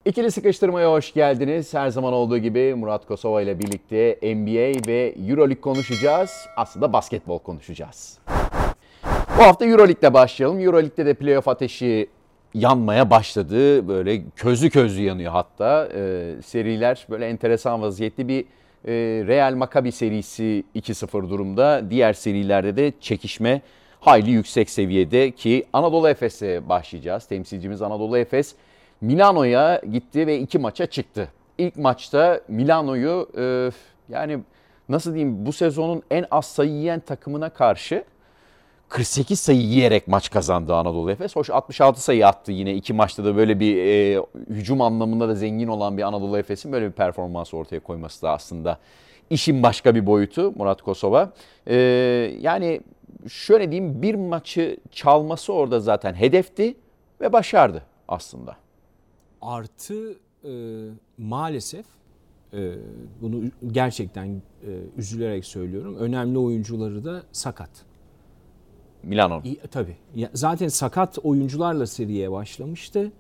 İkili sıkıştırmaya hoş geldiniz. Her zaman olduğu gibi Murat Kosova ile birlikte NBA ve Euroleague konuşacağız. Aslında basketbol konuşacağız. Bu hafta Euroleague'le başlayalım. Euroleague'de de playoff ateşi yanmaya başladı. Böyle közlü közlü yanıyor hatta. Seriler böyle enteresan vaziyette bir Real Maccabi serisi 2-0 durumda. Diğer serilerde de çekişme hayli yüksek seviyede ki Anadolu Efes'e başlayacağız. Temsilcimiz Anadolu Efes Milano'ya gitti ve 2 maça çıktı. İlk maçta Milano'yu yani nasıl diyeyim bu sezonun en az sayı yiyen takımına karşı 48 sayı yiyerek maç kazandı Anadolu Efes. Hoş 66 sayı attı yine 2 maçta da böyle bir hücum anlamında da zengin olan bir Anadolu Efes'in böyle bir performans ortaya koyması da aslında işin başka bir boyutu Murat Kosova. Yani şöyle diyeyim bir maçı çalması orada zaten hedefti ve başardı aslında. Artı maalesef bunu gerçekten üzülerek söylüyorum. Önemli oyuncuları da sakat. Milano. Tabii. Zaten sakat oyuncularla seriye başlamıştı.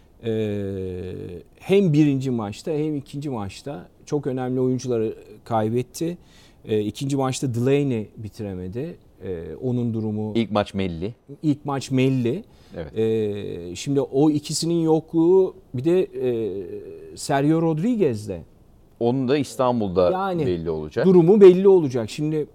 Hem birinci maçta hem ikinci maçta çok önemli oyuncuları kaybetti. İkinci maçta Delaney bitiremedi. Onun durumu... İlk maç Melli. İlk maç Melli. Evet. Şimdi o ikisinin yokluğu bir de Sergio Rodriguez'de. Onun da İstanbul'da yani, belli olacak. Durumu belli olacak. Şimdi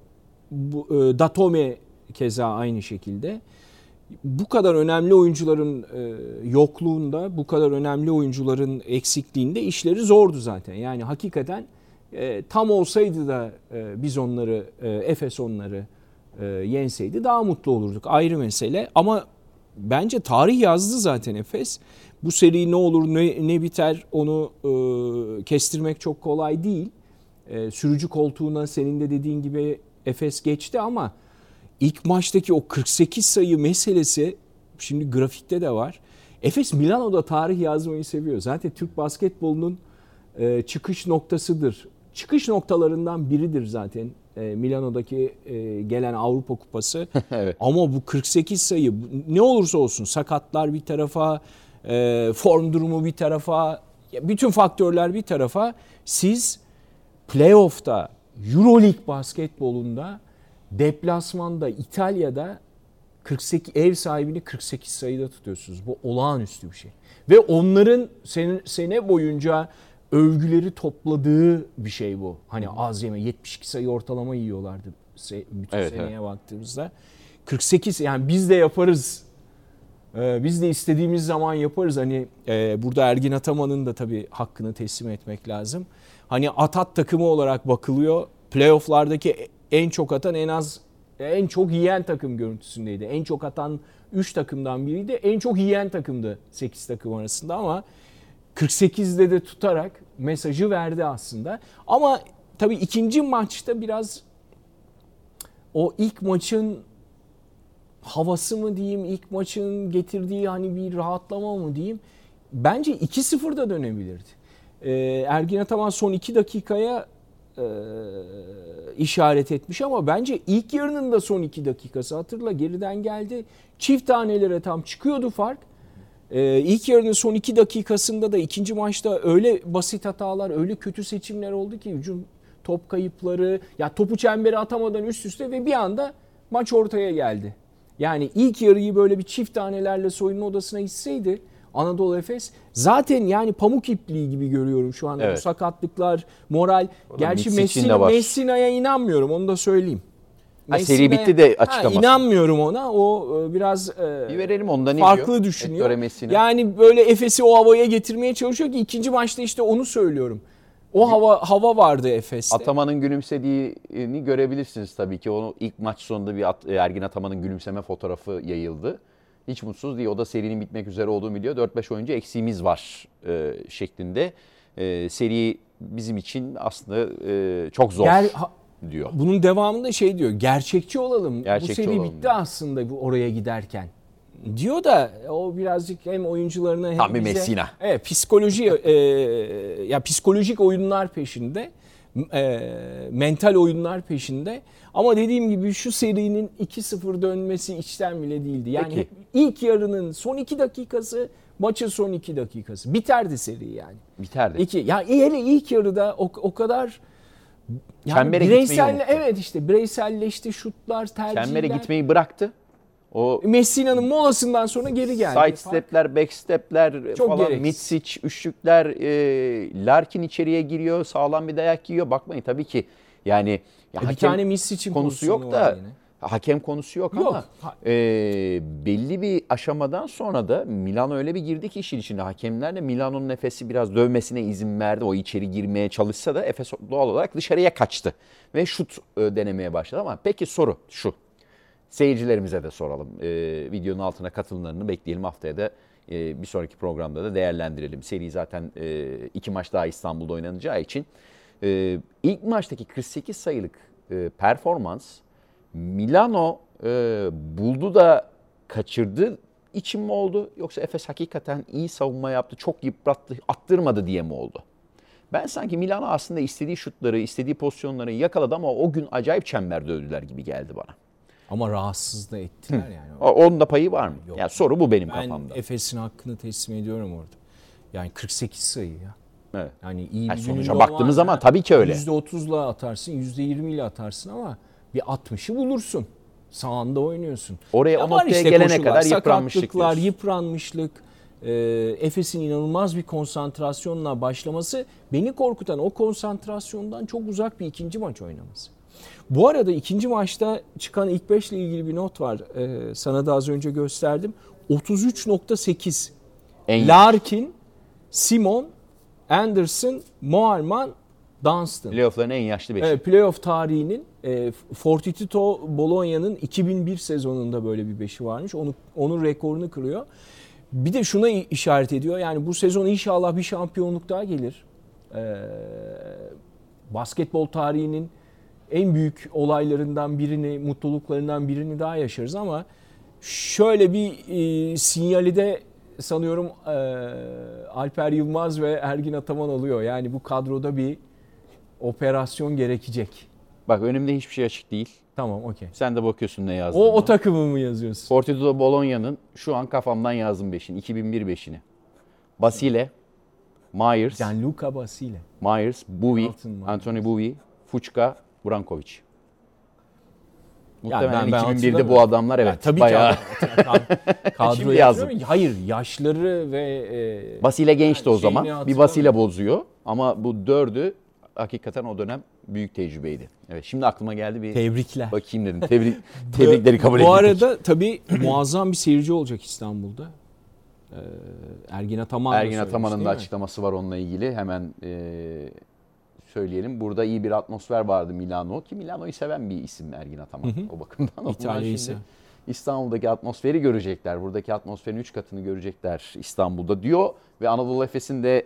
Datome keza aynı şekilde. Bu kadar önemli oyuncuların yokluğunda, bu kadar önemli oyuncuların eksikliğinde işleri zordu zaten. Yani hakikaten tam olsaydı da biz onları, Efes onları yenseydi daha mutlu olurduk. Ayrı mesele ama bence tarih yazdı zaten Efes. Bu seri ne olur ne biter onu kestirmek çok kolay değil. Sürücü koltuğuna senin de dediğin gibi Efes geçti ama ilk maçtaki o 48 sayı meselesi şimdi grafikte de var. Efes Milano'da tarih yazmayı seviyor. Zaten Türk basketbolunun çıkış noktasıdır. Çıkış noktalarından biridir zaten Milano'daki gelen Avrupa Kupası. Evet. Ama bu 48 sayı ne olursa olsun sakatlar bir tarafa, form durumu bir tarafa, bütün faktörler bir tarafa siz playoff'ta Euroleague basketbolunda deplasmanda İtalya'da 48 ev sahibini 48 sayıda tutuyorsunuz. Bu olağanüstü bir şey. Ve onların sene boyunca övgüleri topladığı bir şey bu. Hani az yeme 72 sayı ortalama yiyorlardı bütün seneye baktığımızda. 48 yani biz de yaparız. Biz de istediğimiz zaman yaparız. Hani burada Ergin Ataman'ın da tabii hakkını teslim etmek lazım. Hani atat takımı olarak bakılıyor. Playoff'lardaki en çok atan en çok yiyen takım görüntüsündeydi. En çok atan 3 takımdan biriydi. En çok yiyen takımdı 8 takım arasında ama 48'de de tutarak mesajı verdi aslında. Ama tabii ikinci maçta biraz o ilk maçın havası mı diyeyim, ilk maçın getirdiği hani bir rahatlama mı diyeyim. Bence 2-0'da dönebilirdi. Ergin Ataman son 2 dakikaya işaret etmiş ama bence ilk yarının da son 2 dakikası hatırla geriden geldi. Çift tanelere tam çıkıyordu fark. İlk yarının son 2 dakikasında da ikinci maçta öyle basit hatalar, öyle kötü seçimler oldu ki hücum top kayıpları, ya topu çembere atamadan üst üste ve bir anda maç ortaya geldi. Yani ilk yarıyı böyle bir çift tanelerle soyunma odasına gitseydi Anadolu Efes zaten yani pamuk ipliği gibi görüyorum şu anda. Evet. Bu sakatlıklar, moral. Gerçi Messina'ya inanmıyorum onu da söyleyeyim. Seri bitti de açıklaması. İnanmıyorum ona. O biraz bir verelim ondan farklı düşünüyor. Yani böyle Efes'i o havaya getirmeye çalışıyor ki ikinci maçta işte onu söylüyorum. O hava vardı Efes'te. Ataman'ın gülümsediğini görebilirsiniz tabii ki. Onu ilk maç sonunda bir Ergin Ataman'ın gülümseme fotoğrafı yayıldı. Hiç mutsuz değil. O da serinin bitmek üzere olduğunu biliyor. 4-5 oyuncu eksiğimiz var şeklinde. Seri bizim için aslında çok zor diyor. Bunun devamında şey diyor. Gerçekçi olalım. Bu seri bitti aslında oraya giderken. Diyor da o birazcık hem oyuncularına hem bize Messina. Psikolojik oyunlar peşinde. Mental oyunlar peşinde. Ama dediğim gibi şu serinin 2-0 dönmesi içten bile değildi. Yani ilk yarının son 2 dakikası Maçın son 2 dakikası. Biterdi seri yani. Biterdi. Ya hele ilk yarıda o kadar Çembere bireysel, gitmeyi unuttu. evet işte bireyselleşti, şutlar, tercihler. Çembere gitmeyi bıraktı. O Messina'nın molasından sonra geri geldi. side step'ler, back step'ler Çok falan, gereksiz. Mitsic, üçlükler, Larkin içeriye giriyor, sağlam bir dayak yiyor. Bakmayın tabii ki yani Bir tane Mitsic'in konusu pozisyonu yok var da yine. hakem konusu yok ama Ha- belli bir aşamadan sonra da Milano öyle bir girdi ki işin içine. Hakemler de Milano'nun Efes'i biraz dövmesine izin verdi. O içeri girmeye çalışsa da Efes doğal olarak dışarıya kaçtı ve şut denemeye başladı. Ama peki soru şu. Seyircilerimize de soralım. Videonun altına katılımlarını bekleyelim. Haftaya da bir sonraki programda da değerlendirelim. Seri zaten 2 maç daha İstanbul'da oynanacağı için. İlk maçtaki 48 sayılık performans Milano buldu da kaçırdı için mi oldu? Yoksa Efes hakikaten iyi savunma yaptı, çok yıprattı, attırmadı diye mi oldu? Ben sanki Milano aslında istediği şutları, istediği pozisyonları yakaladı ama o gün acayip çember dövdüler gibi geldi bana. Ama rahatsız da ettiler yani. Onun da payı var mı? Yok. Yani soru bu benim Ben kafamda. Efes'in hakkını teslim ediyorum orada. Yani 48 sayı ya. Evet. Yani iyi Yani bir sonuca gününde baktığımız olmaz zaman ya. tabii ki öyle. %30'la atarsın, %20'ile atarsın ama bir 60'ı bulursun. Sağında oynuyorsun. Oraya Ya o var noktaya gelene koşullar, kadar yıpranmışlık sakatlıklar, diyorsun. yıpranmışlık. Efes'in inanılmaz bir konsantrasyonla başlaması, beni korkutan o konsantrasyondan çok uzak bir ikinci maç oynaması. Bu arada ikinci maçta çıkan ilk 5 ile ilgili bir not var. Sana da az önce gösterdim. 33.8. Larkin, Simon, Anderson, Moerman, Dunstan. Playoff'ların en yaşlı beşi. Evet, playoff tarihinin Fortitudo Bologna'nın 2001 sezonunda böyle bir beşi varmış. Onun rekorunu kırıyor. Bir de şuna işaret ediyor. Yani bu sezon inşallah bir şampiyonluk daha gelir. Basketbol tarihinin en büyük olaylarından birini, mutluluklarından birini daha yaşarız ama şöyle bir sinyali de sanıyorum Alper Yılmaz ve Ergin Ataman alıyor. Yani bu kadroda bir operasyon gerekecek. Bak önümde hiçbir şey açık değil. Tamam, okey. Sen de bakıyorsun ne yazdığını. O takımı mı yazıyorsun? Fortitudo Bologna'nın şu an kafamdan yazdım 5'ini. 2001 5'ini. Basile, Myers, Gianluca Basile. Bowie, Altın Myers. Anthony Bowie, Fučka, Brankovic. Yani Muhtemelen ben 2001'de hatırlamıyorum. bu adamlar evet Yani tabii bayağı. ki kadroyu Şimdi yazdım. hatırlıyorum. Hayır, yaşları ve Basile gençti o şeyini zaman. Bir hatırlamıyorum. Basile bozuyor ama bu dördü hakikaten o dönem büyük tecrübeydi. Evet şimdi aklıma geldi bir Tebrikler. bakayım dedim. Tebrikleri kabul ettik. Bu arada tabii muazzam bir seyirci olacak İstanbul'da. Ergin Ataman da Ergin söylemiş, Ataman'ın değil da mi? açıklaması var onunla ilgili. Hemen söyleyelim. Burada iyi bir atmosfer vardı Milano ki Milano'yu seven bir isim Ergin Ataman o bakımdan. Onlar İtalya'yı şimdi seven. İstanbul'daki atmosferi görecekler. Buradaki atmosferin 3 katını görecekler İstanbul'da diyor ve Anadolu Efes'in de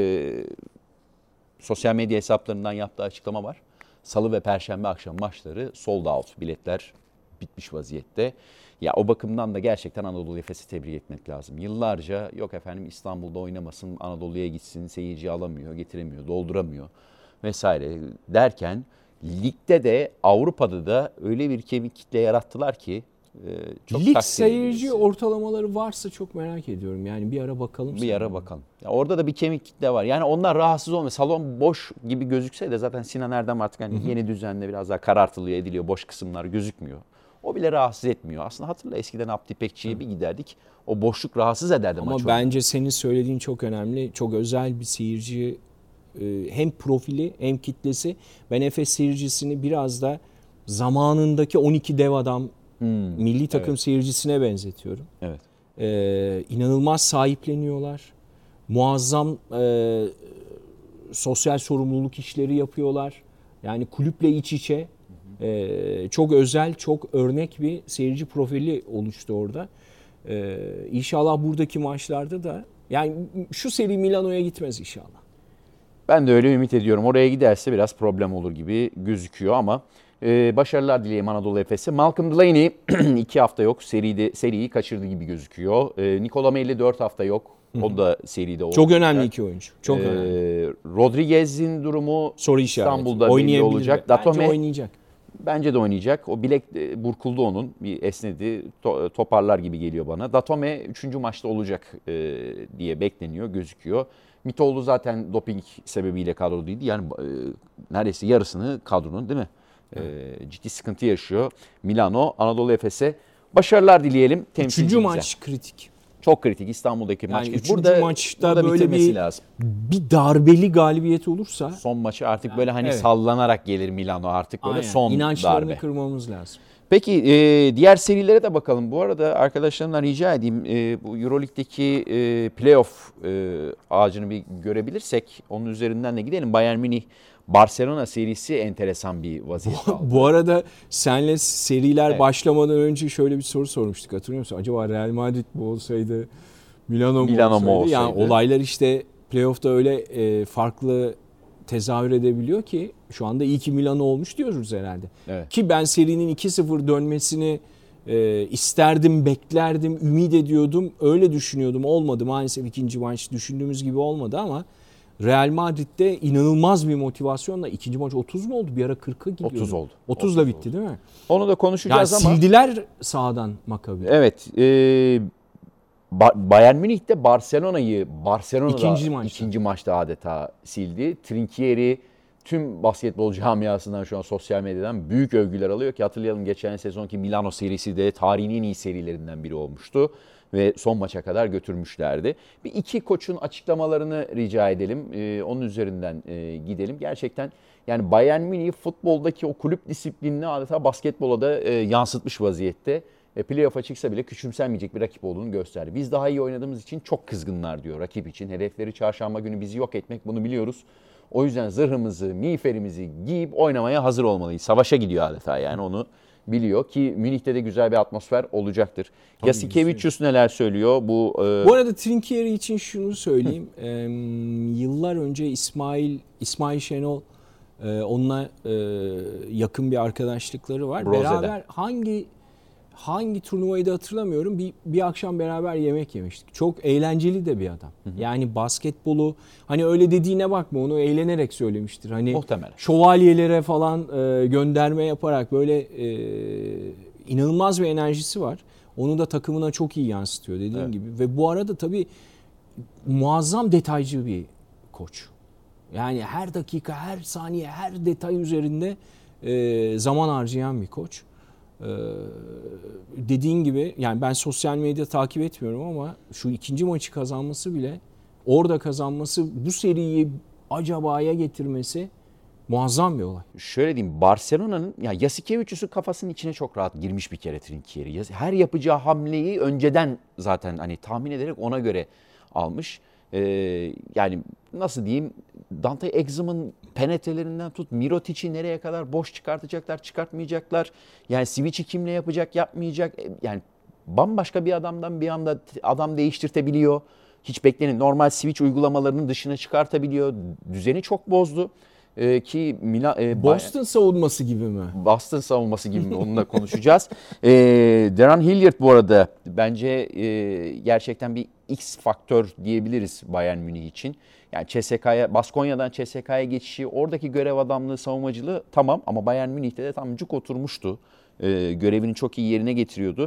sosyal medya hesaplarından yaptığı açıklama var. Salı ve Perşembe akşam maçları sold out. Biletler bitmiş vaziyette. Ya o bakımdan da gerçekten Anadolu Efes'i tebrik etmek lazım. Yıllarca yok efendim İstanbul'da oynamasın, Anadolu'ya gitsin, seyirci alamıyor, getiremiyor, dolduramıyor vesaire derken ligde de Avrupa'da da öyle bir kemik kitle yarattılar ki çok Lig takdir seyirci edilmesi. ortalamaları varsa çok merak ediyorum. Yani bir ara bakalım. Bir ara bakalım. Ya orada da bir kemik kitle var. Yani onlar rahatsız olmuyor. Salon boş gibi gözükse de zaten Sinan Erdem artık hani yeni düzenle biraz daha karartılıyor, ediliyor. Boş kısımlar gözükmüyor. O bile rahatsız etmiyor. Aslında hatırla eskiden Abdi İpekçi'ye bir giderdik. O boşluk rahatsız ederdi Ama maçı. bence senin söylediğin çok önemli. Çok özel bir seyirci, hem profili hem kitlesi. Ben Efes seyircisini biraz da zamanındaki 12 dev adam milli takım seyircisine benzetiyorum. Evet. İnanılmaz sahipleniyorlar. Muazzam sosyal sorumluluk işleri yapıyorlar. Yani kulüple iç içe. Çok özel, çok örnek bir seyirci profili oluştu orada. İnşallah buradaki maçlarda da, yani şu seri Milano'ya gitmez inşallah. Ben de öyle ümit ediyorum. Oraya giderse biraz problem olur gibi gözüküyor ama başarılar dileyeyim Anadolu Efes'e. Malcolm Delaney 2 hafta yok. Seriyi kaçırdı gibi gözüküyor. Nikola Melli 4 hafta yok. O da seride olacak. Çok önemli iki oyuncu. Çok önemli. Rodriguez'in durumu Soru işareti. İstanbul'da belli Oynayabilir olacak. mi? Bence Datome oynayacak. Bence de oynayacak. O bilek burkuldu onun. Bir esnedi. Toparlar gibi geliyor bana. Datome 3. maçta olacak diye bekleniyor, gözüküyor. Mitoğlu zaten doping sebebiyle kadrodaydı. Yani neredeyse yarısını kadronun, değil mi? Ciddi sıkıntı yaşıyor. Milano, Anadolu Efes'e başarılar dileyelim temsilcimize. 3. maç kritik. Çok kritik. İstanbul'daki Yani maç. 3. maçta burada böyle bitirmesi lazım. bir darbeli galibiyet olursa Son maçı artık böyle hani evet. sallanarak gelir Milano, artık böyle son İnançlarını darbe. kırmamız lazım. Peki diğer serilere de bakalım. Bu arada arkadaşlarımdan rica edeyim, bu Euroleague'deki playoff ağacını bir görebilirsek onun üzerinden de gidelim. Bayern Münih Barcelona serisi enteresan bir vaziyet aldı. Bu arada senle seriler Evet. başlamadan önce şöyle bir soru sormuştuk, hatırlıyor musun? Acaba Real Madrid mi olsaydı, Milano mu olsaydı? Yani olaylar işte playoff'ta öyle farklı tezahür edebiliyor ki şu anda iyi ki Milano olmuş diyoruz herhalde. Evet. Ki ben serinin 2-0 dönmesini isterdim, beklerdim, ümit ediyordum. Öyle düşünüyordum. Olmadı maalesef, ikinci maç düşündüğümüz gibi olmadı ama Real Madrid'de inanılmaz bir motivasyonla ikinci maç 30 mu oldu? Bir ara 40'a gidiyordu. 30 oldu. 30'la bitti değil mi? Onu da konuşacağız Yani ama. sildiler sahadan Maccabi. Evet. Bayern Münih de Barcelona'da ikinci maçta adeta sildi. Trinchieri tüm basketbol camiasından, şu an sosyal medyadan büyük övgüler alıyor ki hatırlayalım, geçen sezonki Milano serisi de tarihin en iyi serilerinden biri olmuştu ve son maça kadar götürmüşlerdi. Bir iki koçun açıklamalarını rica edelim. Onun üzerinden gidelim. Gerçekten yani Bayern Münih futboldaki o kulüp disiplinini adeta basketbola da yansıtmış vaziyette. Playoff'a çıksa bile küçümsenmeyecek bir rakip olduğunu gösterdi. Biz daha iyi oynadığımız için çok kızgınlar diyor rakip için. Hedefleri çarşamba günü bizi yok etmek, bunu biliyoruz. O yüzden zırhımızı, miğferimizi giyip oynamaya hazır olmalıyız. Savaşa gidiyor adeta, yani onu biliyor ki Münih'te de güzel bir atmosfer olacaktır. Yasikevicius neler söylüyor? Bu arada Trinchieri için şunu söyleyeyim. Yıllar önce İsmail Şenol, onunla yakın bir arkadaşlıkları var. Rose'de. Beraber hangi turnuvayı da hatırlamıyorum. Bir akşam beraber yemek yemiştik. Çok eğlenceli de bir adam. Yani basketbolu hani öyle dediğine bakma, onu eğlenerek söylemiştir. Hani Muhtemelen. Şövalyelere falan gönderme yaparak böyle inanılmaz bir enerjisi var. Onu da takımına çok iyi yansıtıyor dediğim gibi. Ve bu arada tabii muazzam detaycı bir koç. Yani her dakika, her saniye, her detay üzerinde zaman harcayan bir koç. Dediğin gibi yani ben sosyal medya takip etmiyorum ama şu ikinci maçı kazanması bile, orada kazanması, bu seriyi acabaya getirmesi muazzam bir olay. Şöyle diyeyim, Barcelona'nın ya Yasikevicius'un kafasının içine çok rahat girmiş bir kere Trinchieri. Her yapacağı hamleyi önceden zaten hani tahmin ederek ona göre almış. Yani nasıl diyeyim, Dante Exum'un penetrelerinden tut, Mirotic'i nereye kadar boş çıkartacaklar, çıkartmayacaklar. Yani Switch'i kimle yapacak, yapmayacak. Yani bambaşka bir adamdan bir anda adam değiştirtebiliyor. Hiç beklenin, normal switch uygulamalarının dışına çıkartabiliyor. Düzeni çok bozdu. Ki Boston savunması gibi mi? Boston savunması gibi mi? Onunla konuşacağız. Deron Hilliard bu arada bence gerçekten bir X faktör diyebiliriz Bayern Münih için. Yani Baskonya'dan CSK'ya geçişi, oradaki görev adamlığı, savunmacılığı tamam ama Bayern Münih'te de tam cuk oturmuştu. Görevini çok iyi yerine getiriyordu.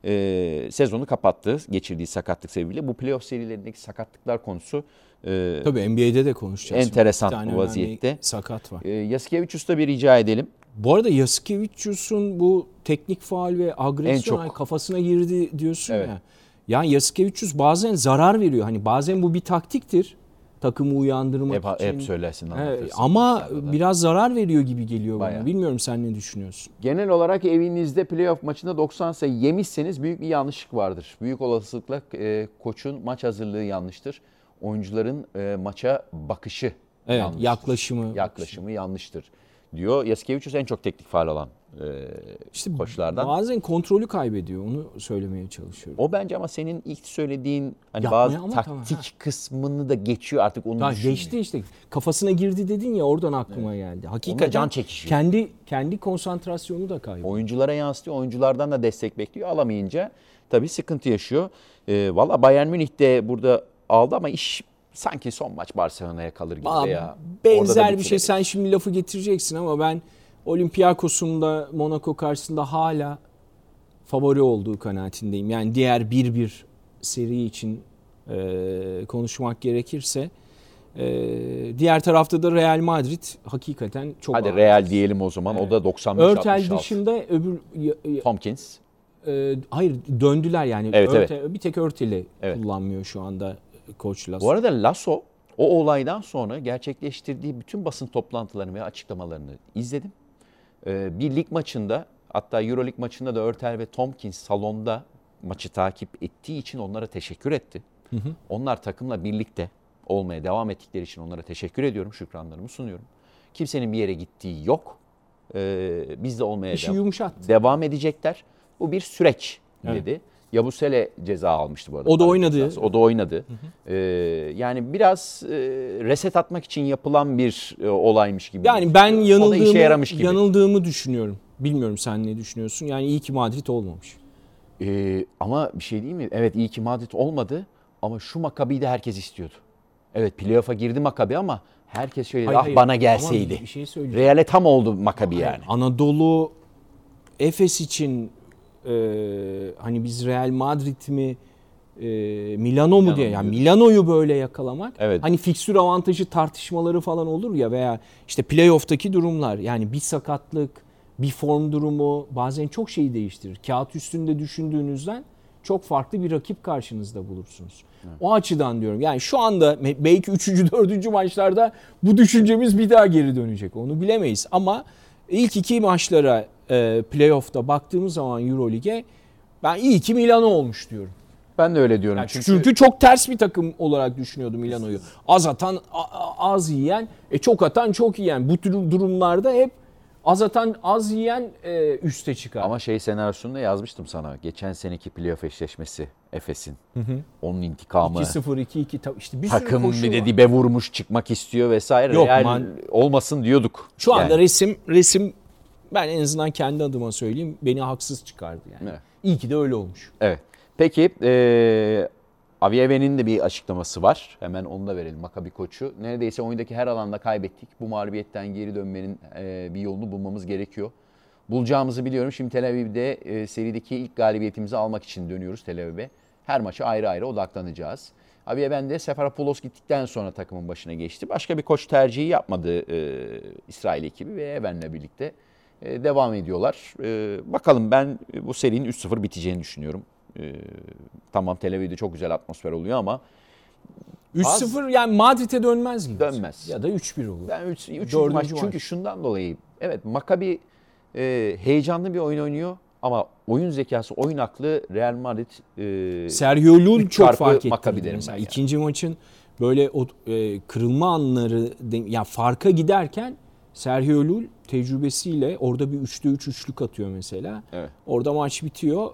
Sezonu kapattı geçirdiği sakatlık sebebiyle. Bu playoff serilerindeki sakatlıklar konusu tabii NBA'de de konuşacağız. enteresan vaziyette. Sakat var. Yasikevicius'ta bir rica edelim. Bu arada Yasikevicius'un bu teknik faul ve agresyon kafasına girdi diyorsun ya. Yani Yasikevicius bazen zarar veriyor. Hani bazen bu bir taktiktir. Takımı uyandırmak için. Hep söylersin. Evet, ama biraz zarar veriyor gibi geliyor bana. Bilmiyorum, sen ne düşünüyorsun? Genel olarak evinizde playoff maçında 90 sayı yemişseniz büyük bir yanlışlık vardır. Büyük olasılıkla koçun maç hazırlığı yanlıştır. Oyuncuların maça bakışı yanlıştır. Yaklaşımı yanlıştır diyor. Yasikevicius en çok teknik faul alan koçlardan. Bazen kontrolü kaybediyor. Onu söylemeye çalışıyorum. O bence ama senin ilk söylediğin hani bazı taktik kısmını da geçiyor artık, onu düşünmüyor. Geçti işte. Kafasına girdi dedin ya, oradan aklıma geldi. Hakikaten can çekişiyor. Kendi konsantrasyonu da kaybediyor. Oyunculara yansıtıyor. Oyunculardan da destek bekliyor. Alamayınca tabii sıkıntı yaşıyor. Valla Bayern Münih de burada aldı ama iş sanki son maç Barcelona'ya kalır gibi veya benzer bir şey. Sen şimdi lafı getireceksin ama ben Olympiakos'un da Monaco karşısında hala favori olduğu kanaatindeyim. Yani diğer 1-1 seri için konuşmak gerekirse diğer tarafta da Real Madrid hakikaten çok Hadi ağır. Real diyelim o zaman. O da 95-66. Örtel dışında öbür Tompkins. hayır döndüler yani. Evet, Bir tek Örtel'i kullanmıyor şu anda Koç Lasso. Bu arada Lasso o olaydan sonra gerçekleştirdiği bütün basın toplantılarını ve açıklamalarını izledim. Bir lig maçında, hatta Euroleague maçında da Örtel ve Tompkins salonda maçı takip ettiği için onlara teşekkür etti. Onlar takımla birlikte olmaya devam ettikleri için onlara teşekkür ediyorum, şükranlarımı sunuyorum. Kimsenin bir yere gittiği yok. Biz de olmaya devam edecekler. Bu bir süreç dedi. Yabusele ceza almıştı bu arada. O da oynadı. O da oynadı. Yani biraz reset atmak için yapılan bir olaymış gibi. Yani ben gibi. yanıldığımı düşünüyorum. Bilmiyorum sen ne düşünüyorsun? Yani iyi ki Madrid olmamış. Ama bir şey değil mi? Evet, iyi ki Madrid olmadı ama şu Maccabi'yi de herkes istiyordu. Evet, playoff'a girdi Maccabi ama herkes şöyle bana gelseydi. Bir şey söyleyeceğim. Real'e tam oldu Maccabi yani. Anadolu Efes için hani biz Real Madrid mi Milano mu diye, yani Milano'yu böyle yakalamak. Evet. Hani fikstür avantajı tartışmaları falan olur ya, veya işte playoff'taki durumlar, yani bir sakatlık, bir form durumu bazen çok şeyi değiştirir. Kağıt üstünde düşündüğünüzden çok farklı bir rakip karşınızda bulursunuz. Evet. O açıdan diyorum. Yani şu anda belki 3. 4. maçlarda bu düşüncemiz bir daha geri dönecek. Onu bilemeyiz ama ilk 2 maçlara playoff'ta baktığımız zaman Euroleague'e ben iyi ki Milano olmuş diyorum. Ben de öyle diyorum. Yani çünkü çok ters bir takım olarak düşünüyordum Milano'yu. Az atan az yiyen, çok atan çok yiyen. Bu tür durumlarda hep az atan az yiyen üste çıkar. Ama senaryosunu da yazmıştım sana. Geçen seneki playoff eşleşmesi Efes'in. Onun intikamı. 2-0, 2-2 işte bir takım sürü koşu bir de var. dibe vurmuş, çıkmak istiyor vesaire. Yok, Real olmasın diyorduk. Şu anda resim ben en azından kendi adıma söyleyeyim, beni haksız çıkardı yani. Evet. İyi ki de öyle olmuş. Evet. Peki Avieve'nin de bir açıklaması var. Hemen onu da verelim, Maccabi koçu. Neredeyse oyundaki her alanda kaybettik. Bu mağlubiyetten geri dönmenin bir yolunu bulmamız gerekiyor. Bulacağımızı biliyorum. Şimdi Tel Aviv'de serideki ilk galibiyetimizi almak için dönüyoruz Tel Aviv'e. Her maça ayrı ayrı odaklanacağız. Avieven de Seferopoulos gittikten sonra takımın başına geçti. Başka bir koç tercihi yapmadı İsrail ekibi ve Even'le birlikte devam ediyorlar. Bakalım, ben bu serinin 3-0 biteceğini düşünüyorum. Tamam, Tel Aviv'de çok güzel atmosfer oluyor ama 3-0 yani Madrid'e dönmez mi? Dönmez. Ya da 3-1 olur. Ben 3. maç çünkü şundan dolayı, evet Maccabi heyecanlı bir oyun oynuyor ama oyun zekası, oyun aklı Real Madrid Sergio Llull çok fark etti. Mesela ikinci maçın böyle kırılma anları, yani farka giderken Sergio Llull tecrübesiyle orada bir 3'te 3 üçlük atıyor mesela. Evet. Orada maç bitiyor.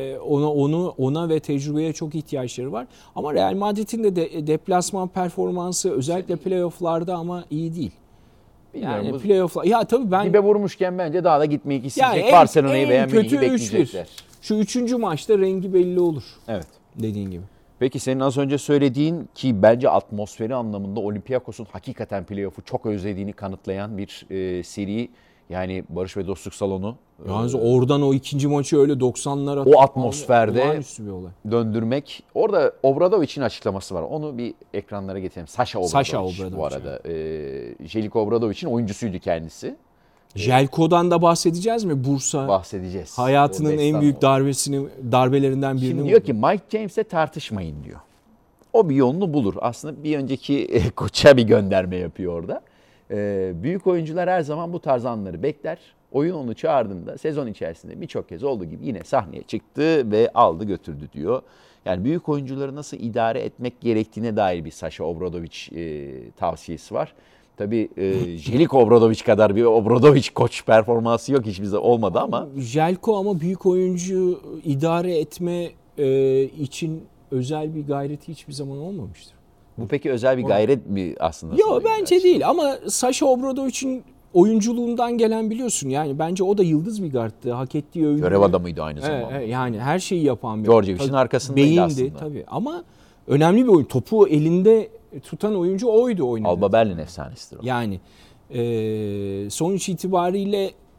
Ona ve tecrübeye çok ihtiyaçları var. Ama Real Madrid'in de deplasman performansı özellikle playoff'larda ama iyi değil. Bilmiyorum, yani playoff'lar. Ya tabii ben dibe vurmuşken bence daha da gitmeyi isteyecek. Yani Barcelona'yı beğenmeyi bekleyecekler. Şu 3. maçta rengi belli olur. Evet. Dediğin gibi. Peki senin az önce söylediğin ki bence atmosferi anlamında Olympiakos'un hakikaten playoff'u çok özlediğini kanıtlayan bir seri. Yani Barış ve Dostluk Salonu. Yalnız oradan o 2. maçı öyle 90'lar atıp o atmosferde bir olay. Döndürmek. Orada Obradovic'in açıklaması var. Onu bir ekranlara getirelim. Saša Obradović bu arada. Jeliko Obradovic'in oyuncusuydu kendisi. Jelko'dan da bahsedeceğiz mi? Bursa bahsedeceğiz. Hayatının en büyük darbelerinden birini. Şimdi diyor ki Mike James'le tartışmayın diyor. O bir yolunu bulur. Aslında bir önceki koça bir gönderme yapıyor orada. Büyük oyuncular her zaman bu tarz anları bekler. Oyun onu çağırdığında sezon içerisinde birçok kez olduğu gibi yine sahneye çıktı ve aldı götürdü diyor. Yani büyük oyuncuları nasıl idare etmek gerektiğine dair bir Saša Obradović tavsiyesi var. Tabii Jeliko Obradović kadar bir Obradović koç performansı yok, hiçbir zaman olmadı ama. Jelko ama büyük oyuncu idare etme için özel bir gayreti hiçbir zaman olmamıştır. Bu peki özel bir gayret mi aslında? Yok bence değil ama Saša Obradović'in oyunculuğundan gelen, biliyorsun yani bence o da yıldız bir gardtı. Hak ettiği övgü. Görev adamıydı aynı zamanda. Yani her şeyi yapan bir. Djordjevic'in arkasındaydı beyindi, aslında. Tabii ama önemli bir oyun. Topu elinde tutan oyuncu oydu oynadı. Alba Berlin efsanesidir o. Yani sonuç itibariyle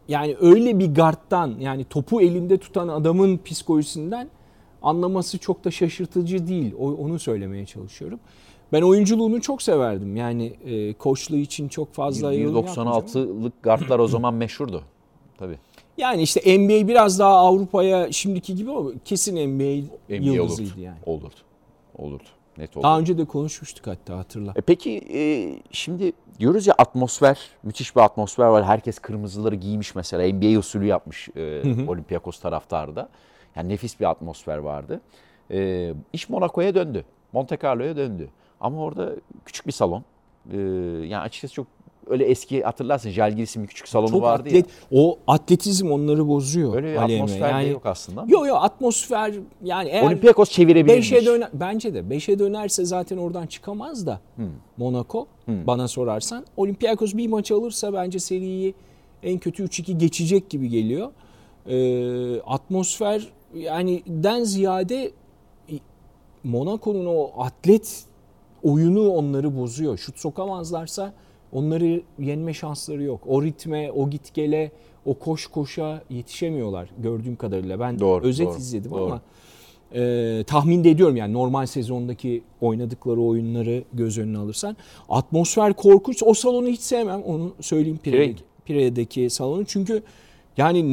yani öyle bir guardtan, yani topu elinde tutan adamın psikolojisinden anlaması çok da şaşırtıcı değil. Onu söylemeye çalışıyorum. Ben oyunculuğunu çok severdim. Yani koçluğu için çok fazla yorum yapmayacağım. 1.96'lık guardlar o zaman meşhurdu. Tabii. Yani işte NBA biraz daha Avrupa'ya şimdiki gibi ama kesin NBA yıldızıydı olurdu. yani. Olurdu. Net olurdu. Daha önce de konuşmuştuk hatta, hatırla. Peki şimdi diyoruz ya, atmosfer, müthiş bir atmosfer var. Herkes kırmızıları giymiş mesela. NBA usulü yapmış Olympiakos taraftarı da. Yani nefis bir atmosfer vardı. İş Monaco'ya döndü. Monte Carlo'ya döndü. Ama orada küçük bir salon. Yani açıkçası çok öyle eski, hatırlarsın, Žalgiris'in bir küçük salonu Çok vardı atlet, ya. o atletizm onları bozuyor. Öyle bir Ali Emre. atmosfer yani, de yok aslında. Yok atmosfer yani eğer Olympiakos çevirebilirmiş. 5'e döner, bence de 5'e dönerse zaten oradan çıkamaz da Monaco bana sorarsan. Olympiakos bir maç alırsa bence seriyi en kötü 3-2 geçecek gibi geliyor. Atmosfer yani den ziyade Monaco'nun o atlet oyunu onları bozuyor. Şut sokamazlarsa onları yenme şansları yok. O ritme, o git gele, o koş koşa yetişemiyorlar gördüğüm kadarıyla. Ben özet izledim ama tahmin de ediyorum yani normal sezondaki oynadıkları oyunları göz önüne alırsan. Atmosfer korkunç. O salonu hiç sevmem. Onu söyleyeyim, Pire'deki salonu. Çünkü yani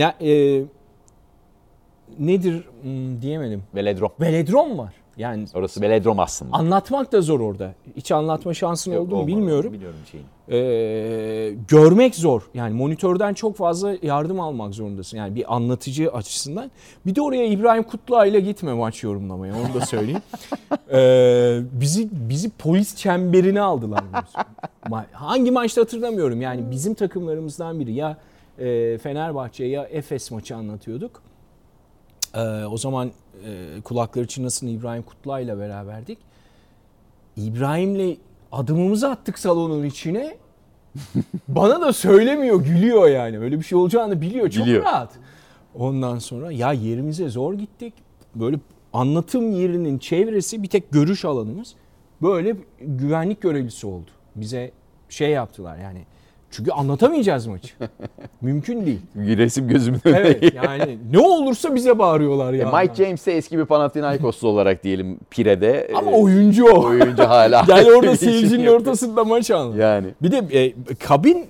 nedir diyemedim. Velodrom var. Yani orası velodrom aslında. Anlatmak da zor orada. Hiç anlatma şansın oldu mu bilmiyorum. Biliyorum şeyin. Görmek zor. Yani monitörden çok fazla yardım almak zorundasın. Yani bir anlatıcı açısından. Bir de oraya İbrahim Kutluay ile gitme maç yorumlamaya. Onu da söyleyeyim. Bizi polis çemberine aldılar. Hangi maçta hatırlamıyorum. Yani bizim takımlarımızdan biri ya Fenerbahçe ya Efes maçı anlatıyorduk. O zaman kulakları çınlasın İbrahim Kutluay ile beraberdik. İbrahim'le adımımızı attık salonun içine. Bana da söylemiyor, gülüyor yani. Öyle bir şey olacağını biliyor. Çok rahat. Ondan sonra ya yerimize zor gittik. Böyle anlatım yerinin çevresi bir tek görüş alanımız. Böyle güvenlik görevlisi oldu. Bize şey yaptılar yani. Çünkü anlatamayacağız maçı. Mümkün değil. Resim gözümün önünde. Evet yani ne olursa bize bağırıyorlar ya. Mike James de eski bir Panathinaikoslu olarak diyelim Pire'de. Ama oyuncu o. Oyuncu hala. Gel orada seyircinin ortasında maç anlat. Yani. Bir de kabin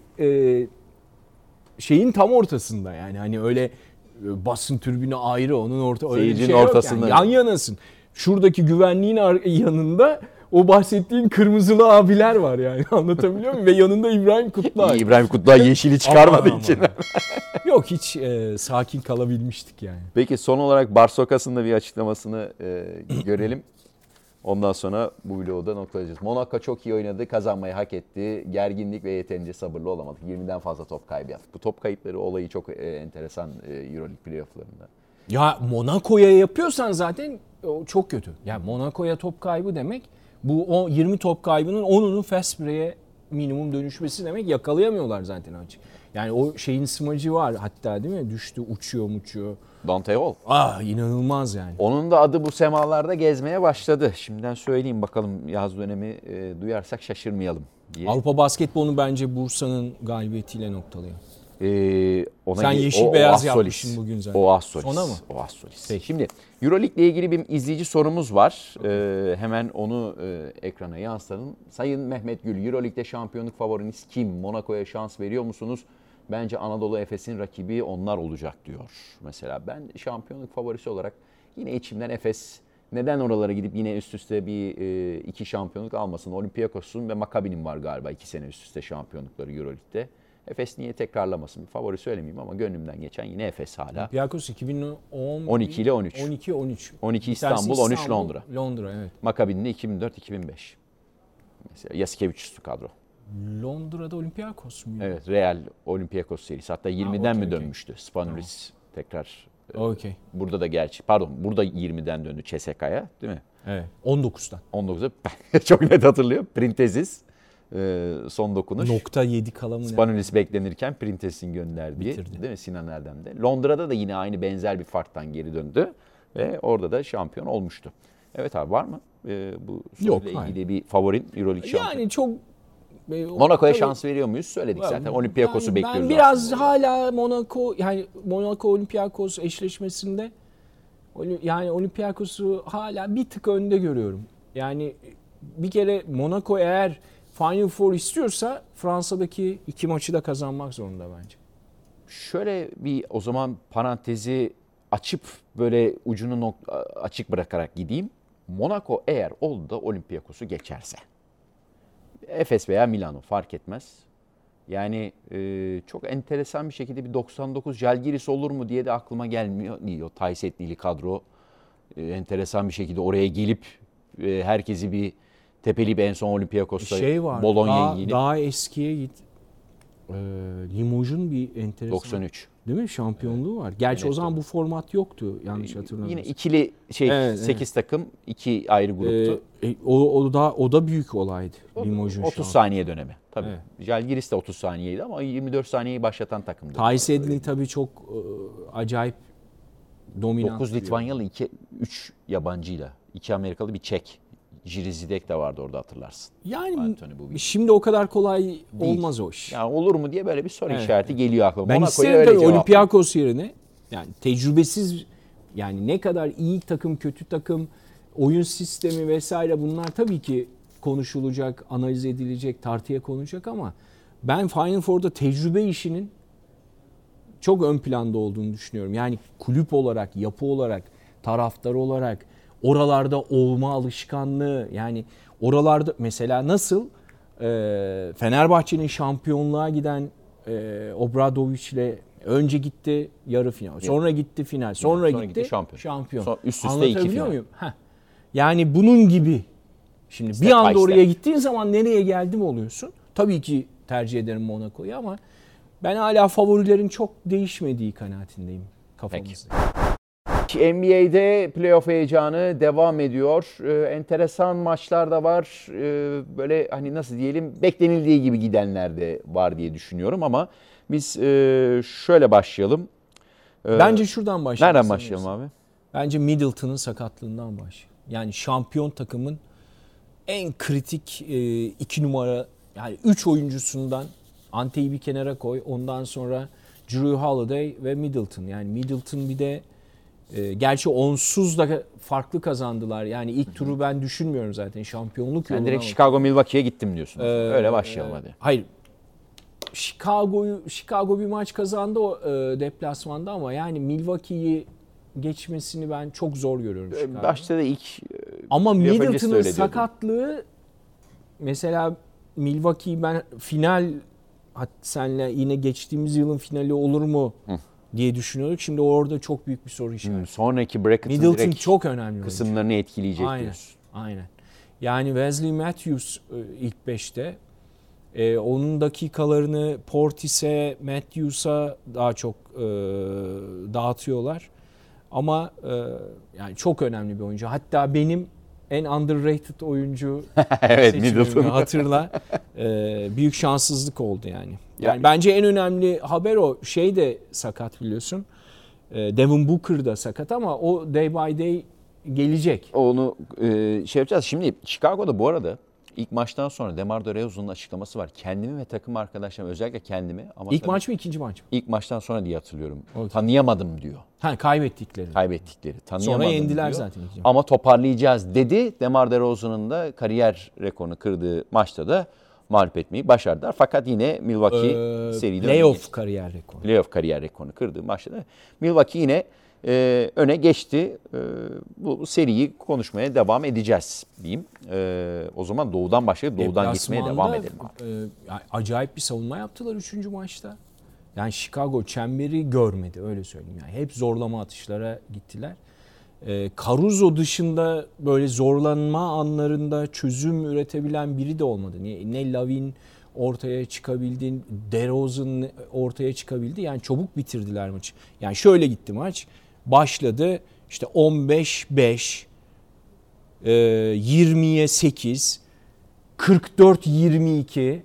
şeyin tam ortasında yani hani öyle basın tribünü ayrı onun öyle bir şey ortasında. Yani. Yan yanasın. Şuradaki güvenliğin yanında o bahsettiğin kırmızılı abiler var yani, anlatabiliyor muyum? Ve yanında İbrahim Kutluay. İbrahim Kutluay yeşili çıkarmadığı için. Yok hiç sakin kalabilmiştik yani. Peki son olarak Barsokas'ın da bir açıklamasını görelim. Ondan sonra bu vlogu da noktalayacağız. Monaco çok iyi oynadı, kazanmayı hak etti. Gerginlik ve yeterince sabırlı olamadık. 20'den fazla top kaybı yaptık. Bu top kayıpları olayı çok enteresan EuroLeague playoff'larında. Ya Monaco'ya yapıyorsan zaten o çok kötü. Yani Monaco'ya top kaybı demek bu 20 top kaybının 10'unun fast break'e minimum dönüşmesi demek. Yakalayamıyorlar zaten açık. Yani o şeyin smacı var hatta değil mi? Düştü, uçuyor. Dante Hall. İnanılmaz yani. Onun da adı bu semalarda gezmeye başladı. Şimdiden söyleyeyim bakalım, yaz dönemi duyarsak şaşırmayalım diye. Avrupa basketbolunu bence Bursa'nın galibiyetiyle noktalıyor. Sen yeşil beyaz yapmışsın bugün zaten. O Assolis. Sona mı? O Assolis. Peki. Şimdi EuroLeague ile ilgili bir izleyici sorumuz var. Hemen onu ekrana yansıtalım. Sayın Mehmet Gül, EuroLeague'de şampiyonluk favoriniz kim? Monaco'ya şans veriyor musunuz? Bence Anadolu Efes'in rakibi onlar olacak diyor. Mesela ben şampiyonluk favorisi olarak yine içimden Efes, neden oralara gidip yine üst üste bir iki şampiyonluk almasın? Olympiakos'un ve Maccabi'nin var galiba 2 sene üst üste şampiyonlukları EuroLeague'de. Efes niye tekrarlamasın? Bir favori söylemeyeyim ama gönlümden geçen yine Efes hala. Olympiakos 2010 12 ile 13. 12 12 İstanbul, 13 Londra. Londra evet. Maccabi'nin de 2004-2005. Mesela Yasikevicius'lu kadro. Londra'da Olympiakos mu? Evet, Real Olympiakos serisi. Hatta 20'den mi dönmüştü? Spanulis tekrar. Okay. Burada da gerçi burada 20'den döndü CSK'ya değil mi? Evet. 19'dan. 19'da çok net hatırlıyorum. Printezis son dokunuş. Nokta 7 kala mı? Spanulis beklenirken Printezis'in gönderdiği bitirdi. Değil mi Sinan Erdem'de? Londra'da da yine aynı benzer bir farktan geri döndü ve orada da şampiyon olmuştu. Evet abi, var mı bu soruyla ilgili bir favorin EuroLeague şampiyonu? Yani çok Monaco'ya şans veriyor muyuz? Söyledik zaten. Olympiakos'u bekliyoruz. Ben biraz hala Monaco Olympiakos eşleşmesinde yani Olympiakos'u hala bir tık önde görüyorum. Yani bir kere Monaco eğer Final Four istiyorsa Fransa'daki 2 maçı da kazanmak zorunda bence. Şöyle bir o zaman parantezi açıp böyle ucunu açık bırakarak gideyim. Monaco eğer oldu da Olympiakos'u geçerse, Efes veya Milano fark etmez. Yani çok enteresan bir şekilde bir 99 Žalgiris olur mu diye de aklıma gelmiyor. O Thais Etnili kadro enteresan bir şekilde oraya gelip herkesi bir tepeleyip en son Olympiakos'ta Bologna'yı yenip. Daha eskiye git. Limoges'un bir enteresan. 93. Değil mi? Şampiyonluğu var. Gerçi Evet, o zaman bu format yoktu yanlış hatırlamıyorsam. Yine ikili 8 takım, 2 ayrı gruptu. O da büyük olaydı. Limoges'un 30 saniye dönemi. Tabii. Evet. Žalgiris de 30 saniyeydi ama 24 saniyeyi başlatan takımdı. Thais Etnili tabii çok acayip dominant. 9 Litvanyalı, 3 yabancıyla. 2 Amerikalı, bir Çek. Jiří Zidek de vardı orada, hatırlarsın. Yani şimdi o kadar kolay olmaz o iş. Yani olur mu diye böyle bir soru işareti geliyor aklıma. Ben isterim tabii Olympiakos yerine, yani tecrübesiz, yani ne kadar iyi takım, kötü takım, oyun sistemi vesaire, bunlar tabii ki konuşulacak, analiz edilecek, tartıya konulacak ama ben Final Four'da tecrübe işinin çok ön planda olduğunu düşünüyorum. Yani kulüp olarak, yapı olarak, taraftar olarak, oralarda olma alışkanlığı, yani oralarda mesela nasıl Fenerbahçe'nin şampiyonluğa giden Obradoviç'le önce gitti yarı final, sonra gitti final, sonra gitti şampiyon. Sonra üst üste 2 final. Muyum? Yani bunun gibi. Şimdi bir anda oraya gittiğin zaman nereye geldim oluyorsun. Tabii ki tercih ederim Monaco'yu ama ben hala favorilerin çok değişmediği kanaatindeyim kafamızda. NBA'de playoff heyecanı devam ediyor. Enteresan maçlar da var. Böyle hani nasıl diyelim, beklenildiği gibi gidenler de var diye düşünüyorum ama biz şöyle başlayalım. Bence şuradan başlayalım. Nereden başlayalım abi? Bence Middleton'ın sakatlığından başlayalım. Yani şampiyon takımın en kritik 2 numara, yani 3 oyuncusundan, Ante'yi bir kenara koy. Ondan sonra Drew Holiday ve Middleton. Yani Middleton bir de gerçi onsuz da farklı kazandılar. Yani ilk turu ben düşünmüyorum zaten. Şampiyonluk yoluna. Ben direkt Chicago Milwaukee'ye gittim diyorsun. Öyle başlayalım hadi. Hayır. Chicago bir maç kazandı o deplasmanda ama yani Milwaukee'yi geçmesini ben çok zor görüyorum. Başta da ilk ama Middleton'ın sakatlığı, mesela Milwaukee'yi ben final, senle yine geçtiğimiz yılın finali olur mu diye düşünüyorduk. Şimdi orada çok büyük bir soru işareti. Sonraki bracket'ın Middleton çok önemli kısımlarını etkileyecek diyorsun. Aynen. Yani Wesley Matthews ilk 5'te. Onun dakikalarını Portis'e, Matthews'a daha çok dağıtıyorlar. Ama yani çok önemli bir oyuncu. Hatta benim en underrated oyuncu evet, Middleton. Hatırla. Büyük şanssızlık oldu yani. Yani bence en önemli haber o. Şey de sakat biliyorsun. Devin Booker da sakat ama o day by day gelecek. Onu şey yapacağız. Şimdi Chicago'da bu arada ilk maçtan sonra DeMar DeRozan'ın açıklaması var. Kendimi ve takım arkadaşlarım, özellikle kendimi. Ama İlk maç mı, ikinci maç mı? İlk maçtan sonra diye hatırlıyorum. Okay. Tanıyamadım diyor. Kaybettikleri. Tanıyamadım sonra yendiler diyor. Zaten. Ama toparlayacağız dedi. DeMar DeRozan'ın da kariyer rekorunu kırdığı maçta da mağlup etmeyi başardılar. Fakat yine Milwaukee seride playoff kariyer rekoru. Playoff kariyer rekorunu kırdığı maçta da Milwaukee yine öne geçti. Bu seriyi konuşmaya devam edeceğiz diyeyim. O zaman doğudan başlayıp doğudan gitmeye devam edelim. Acayip bir savunma yaptılar 3. maçta. Yani Chicago çemberi görmedi, öyle söyleyeyim. Yani hep zorlama atışlara gittiler. Caruso dışında böyle zorlanma anlarında çözüm üretebilen biri de olmadı. Ne Lavin ortaya çıkabildi, DeRozan ortaya çıkabildi. Yani çabuk bitirdiler maçı. Yani şöyle gitti maç. Başladı işte 15-5, 20'ye 8, 44-22,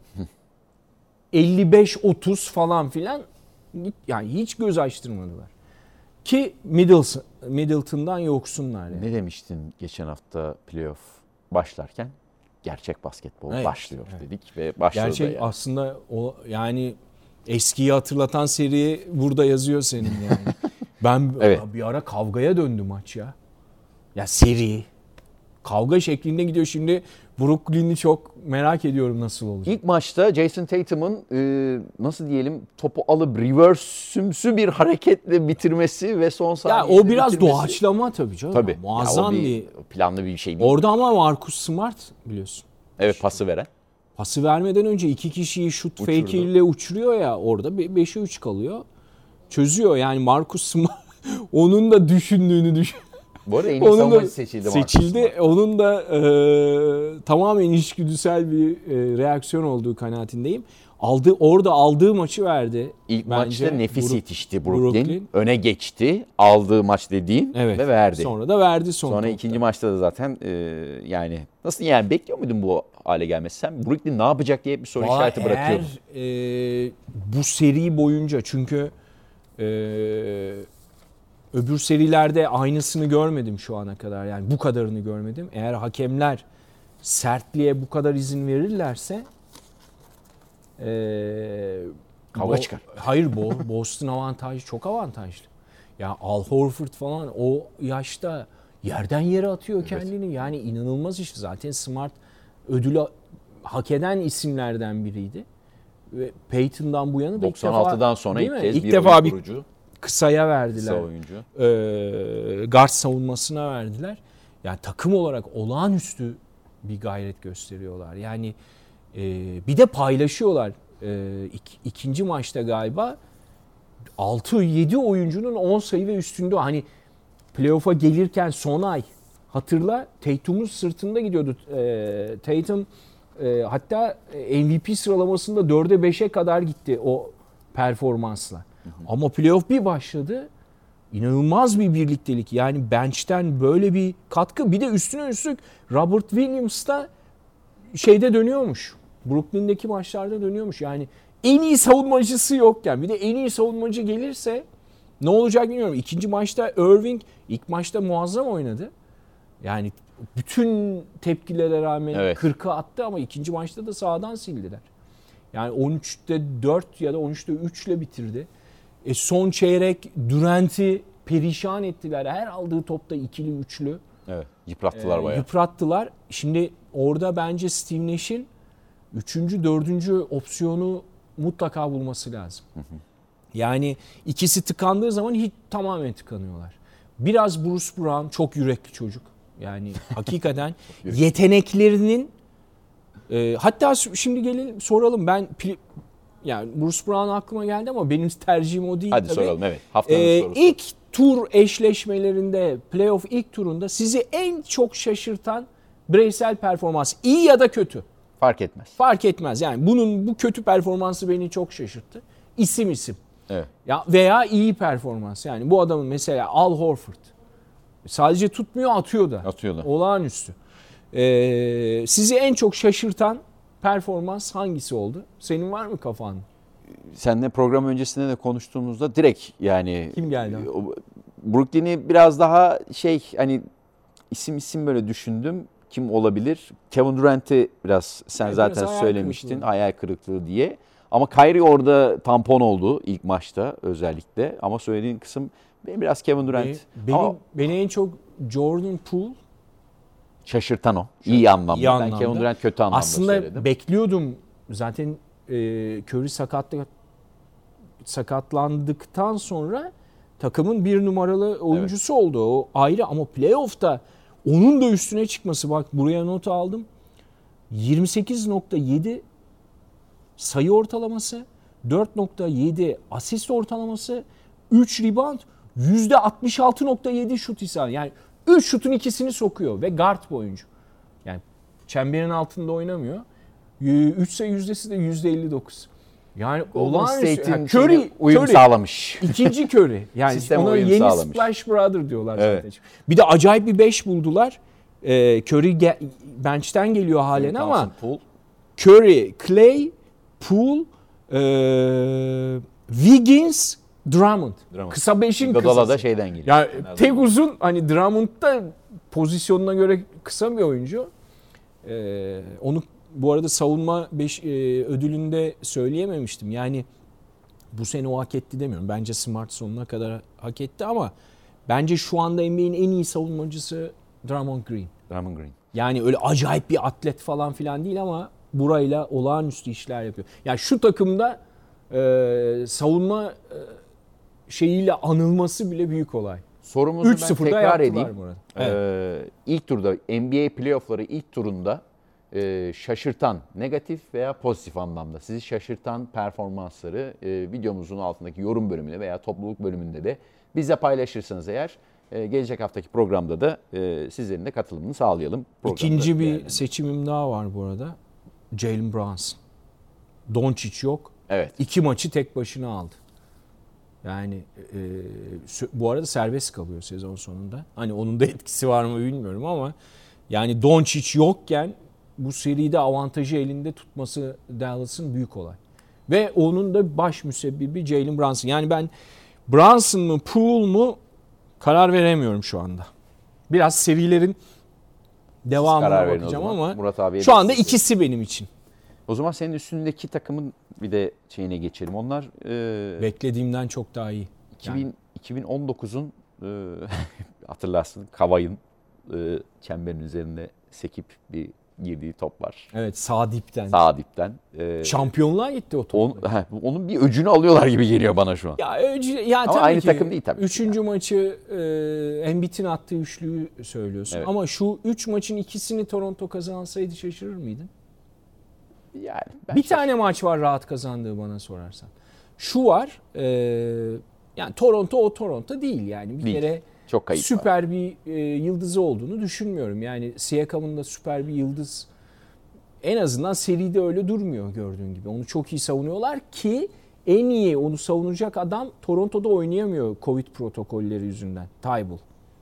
55-30 falan filan. Yani hiç göz açtırmadılar. Ki Middleton'dan yoksunlar. Yani. Ne demiştin geçen hafta playoff başlarken? gerçek basketbol Evet, başlıyor evet. dedik ve başladı Gerçek da yani. aslında o yani eskiyi hatırlatan seri burada yazıyor senin yani. Ben Evet. bir ara kavgaya döndü maç ya. Ya seri. Kavga şeklinde gidiyor şimdi. Brooklyn'i çok merak ediyorum nasıl olacak. İlk maçta Jason Tatum'un nasıl diyelim topu alıp reverse'ümsü bir hareketle bitirmesi ve son Ya saniyede o biraz bitirmesi. doğaçlama tabii canım. Tabii. Muazzam Ya o bir. planlı bir şey değil. Orada ama Marcus Smart biliyorsun. Evet, pası veren. Pası vermeden önce iki kişiyi şut Uçurdu. fake ile uçuruyor ya, orada 5'e 3 kalıyor. Çözüyor yani Marcus Smart. Onun da düşündüğünü düşün. Bu arada en iyi savunmacı seçildi. Seçildi. Onun da tamamen içgüdüsel bir reaksiyon olduğu kanaatindeyim. Orada aldığı maçı verdi. İlk bence. maçta nefis yetişti Brooklyn. Öne geçti. Aldığı maç dediğin Evet. ve verdi. Sonra da verdi Sonra topta. ikinci maçta da zaten yani nasıl yani bekliyor muydun bu hale gelmesi? Sen Brooklyn ne yapacak diye bir soru işareti bırakıyordun. Bu seri boyunca çünkü öbür serilerde aynısını görmedim şu ana kadar. Yani bu kadarını görmedim. Eğer hakemler sertliğe bu kadar izin verirlerse Kavga çıkar. Hayır, Boston avantajlı, çok avantajlı. Ya Al Horford falan o yaşta yerden yere atıyor kendini. Yani inanılmaz iş. Zaten Smart ödülü hak eden isimlerden biriydi. Ve Peyton'dan bu yana da 96'dan sonra değil ilk mi? kez İlk bir defa oyun bir kurucu, kısaya verdiler. kısa oyuncu. Guard savunmasına verdiler. Yani takım olarak olağanüstü bir gayret gösteriyorlar. Yani bir de paylaşıyorlar. İkinci maçta galiba 6-7 oyuncunun 10 sayı ve üstünde. Hani playoff'a gelirken son ay hatırla Tatum'un sırtında gidiyordu. Tatum hatta MVP sıralamasında 4'e 5'e kadar gitti o performansla. Ama playoff bir başladı. İnanılmaz bir birliktelik. Yani bench'ten böyle bir katkı. Bir de üstüne üstlük Robert Williams da şeyde dönüyormuş. Brooklyn'deki maçlarda dönüyormuş. Yani en iyi savunmacısı yokken bir de en iyi savunmacı gelirse ne olacak bilmiyorum. İkinci maçta Irving ilk maçta muazzam oynadı. Yani bütün tepkilere rağmen 40'ı attı ama ikinci maçta da sahadan sildiler. Yani 13'te 4 ya da 13'te 3 ile bitirdi. Son çeyrek Durant'i perişan ettiler. Her aldığı topta ikili üçlü. Evet, yıprattılar bayağı. Yıprattılar. Şimdi orada bence Steve Nash'in 3. 4. opsiyonu mutlaka bulması lazım. Yani ikisi tıkandığı zaman hiç tamamen tıkanıyorlar. Biraz Bruce Brown çok yürekli çocuk. Yani hakikaten yeteneklerinin hatta şimdi gelelim soralım. Yani Bruce Brown aklıma geldi ama benim tercihim o değil. Hadi tabii. soralım, evet. Haftanın sorusu. İlk tur eşleşmelerinde, playoff ilk turunda sizi en çok şaşırtan bireysel performans, iyi ya da kötü. Fark etmez. Fark etmez. Yani bu kötü performansı beni çok şaşırttı. İsim. Evet. Ya veya iyi performans. Yani bu adamın mesela Al Horford sadece tutmuyor, atıyor da. Atıyor da. Olağanüstü. Sizi en çok şaşırtan performans hangisi oldu? Senin var mı kafanda? Seninle program öncesinde de konuştuğumuzda direkt yani Kim geldi? Brooklyn'i biraz daha hani isim böyle düşündüm. Kim olabilir? Kevin Durant'i biraz sen zaten hayal söylemiştin. kırıklığı. Hayal kırıklığı diye. Ama Kyrie orada tampon oldu ilk maçta özellikle. Ama söylediğin kısım benim biraz Kevin Durant. Beni en çok Jordan Poole Şaşırtan o. İyi anlamda. İyi anlamda. Ben Kevin Durant kötü anlamda aslında söyledim. bekliyordum. Zaten Curry sakatlandıktan sonra takımın bir numaralı oyuncusu oldu. O ayrı ama playoff'ta onun da üstüne çıkması. Bak buraya not aldım. 28.7 sayı ortalaması, 4.7 asist ortalaması, 3 rebound, %66.7 şut isabeti. Yani 3 şutun ikisini sokuyor ve guard bir oyuncu. Yani çemberin altında oynamıyor. 3 sayı yüzdesi de %59. Yani olağanüstü. Yani uyum sağlamış. İkinci Curry. Yani ona yeni sağlamış. Splash Brother diyorlar evet. zaten. Bir de acayip bir 5 buldular. Curry bench'ten geliyor halen ama Poole. Curry, Clay, Poole, Wiggins, Drummond. Kısa 5'in kısası. Godala da şeyden geliyor. Yani tek uzun hani Drummond da pozisyonuna göre kısa bir oyuncu. Onu bu arada savunma ödülünde söyleyememiştim. Yani bu sene o hak etti demiyorum. Bence Smart sonuna kadar hak etti ama bence şu anda NBA'in en iyi savunmacısı Draymond Green. Draymond Green. Yani öyle acayip bir atlet falan filan değil ama burayla olağanüstü işler yapıyor. Yani şu takımda savunma şeyiyle anılması bile büyük olay. Sorumuzu ben tekrar edeyim. Evet. İlk turda NBA playoff'ları ilk turunda şaşırtan, negatif veya pozitif anlamda sizi şaşırtan performansları videomuzun altındaki yorum bölümünde veya topluluk bölümünde de bizle paylaşırsanız eğer gelecek haftaki programda da sizlerin de katılımını sağlayalım. İkinci bir seçimim daha var bu arada. Jalen Brunson. Doncic yok. Evet. 2 maçı tek başına aldı. Yani bu arada serbest kalıyor sezon sonunda. Hani onun da etkisi var mı bilmiyorum ama yani Doncic yokken bu seride avantajı elinde tutması Dallas'ın büyük olay. Ve onun da baş müsebbibi Jalen Brunson. Yani ben Brunson mı Poole mu karar veremiyorum şu anda. Biraz serilerin devamına bakacağım ama şu anda ikisi benim için. O zaman senin üstündeki takımın bir de şeyine geçelim. Onlar beklediğimden çok daha iyi. 2019'un hatırlarsın Kavay'ın çemberin üzerinde sekip bir girdiği top var. Evet, sağ dipten. Sağ dipten. Şampiyonluğa gitti o top. Onun bir öcünü alıyorlar gibi geliyor bana şu an. Ama tabii aynı takım değil tabii. 3. maçı Embiid'in attığı üçlüyü söylüyorsun. Evet. Ama şu 3 maçın ikisini Toronto kazansaydı şaşırır mıydın? Yani bir tane maç var rahat kazandığı bana sorarsan. Şu var, yani Toronto değil yani bir kere çok kayıp süper var. Bir yıldızı olduğunu düşünmüyorum. Yani Siakam'ın da süper bir yıldız, en azından seride öyle durmuyor gördüğün gibi. Onu çok iyi savunuyorlar ki en iyi onu savunacak adam Toronto'da oynayamıyor Covid protokolleri yüzünden. Thybulle.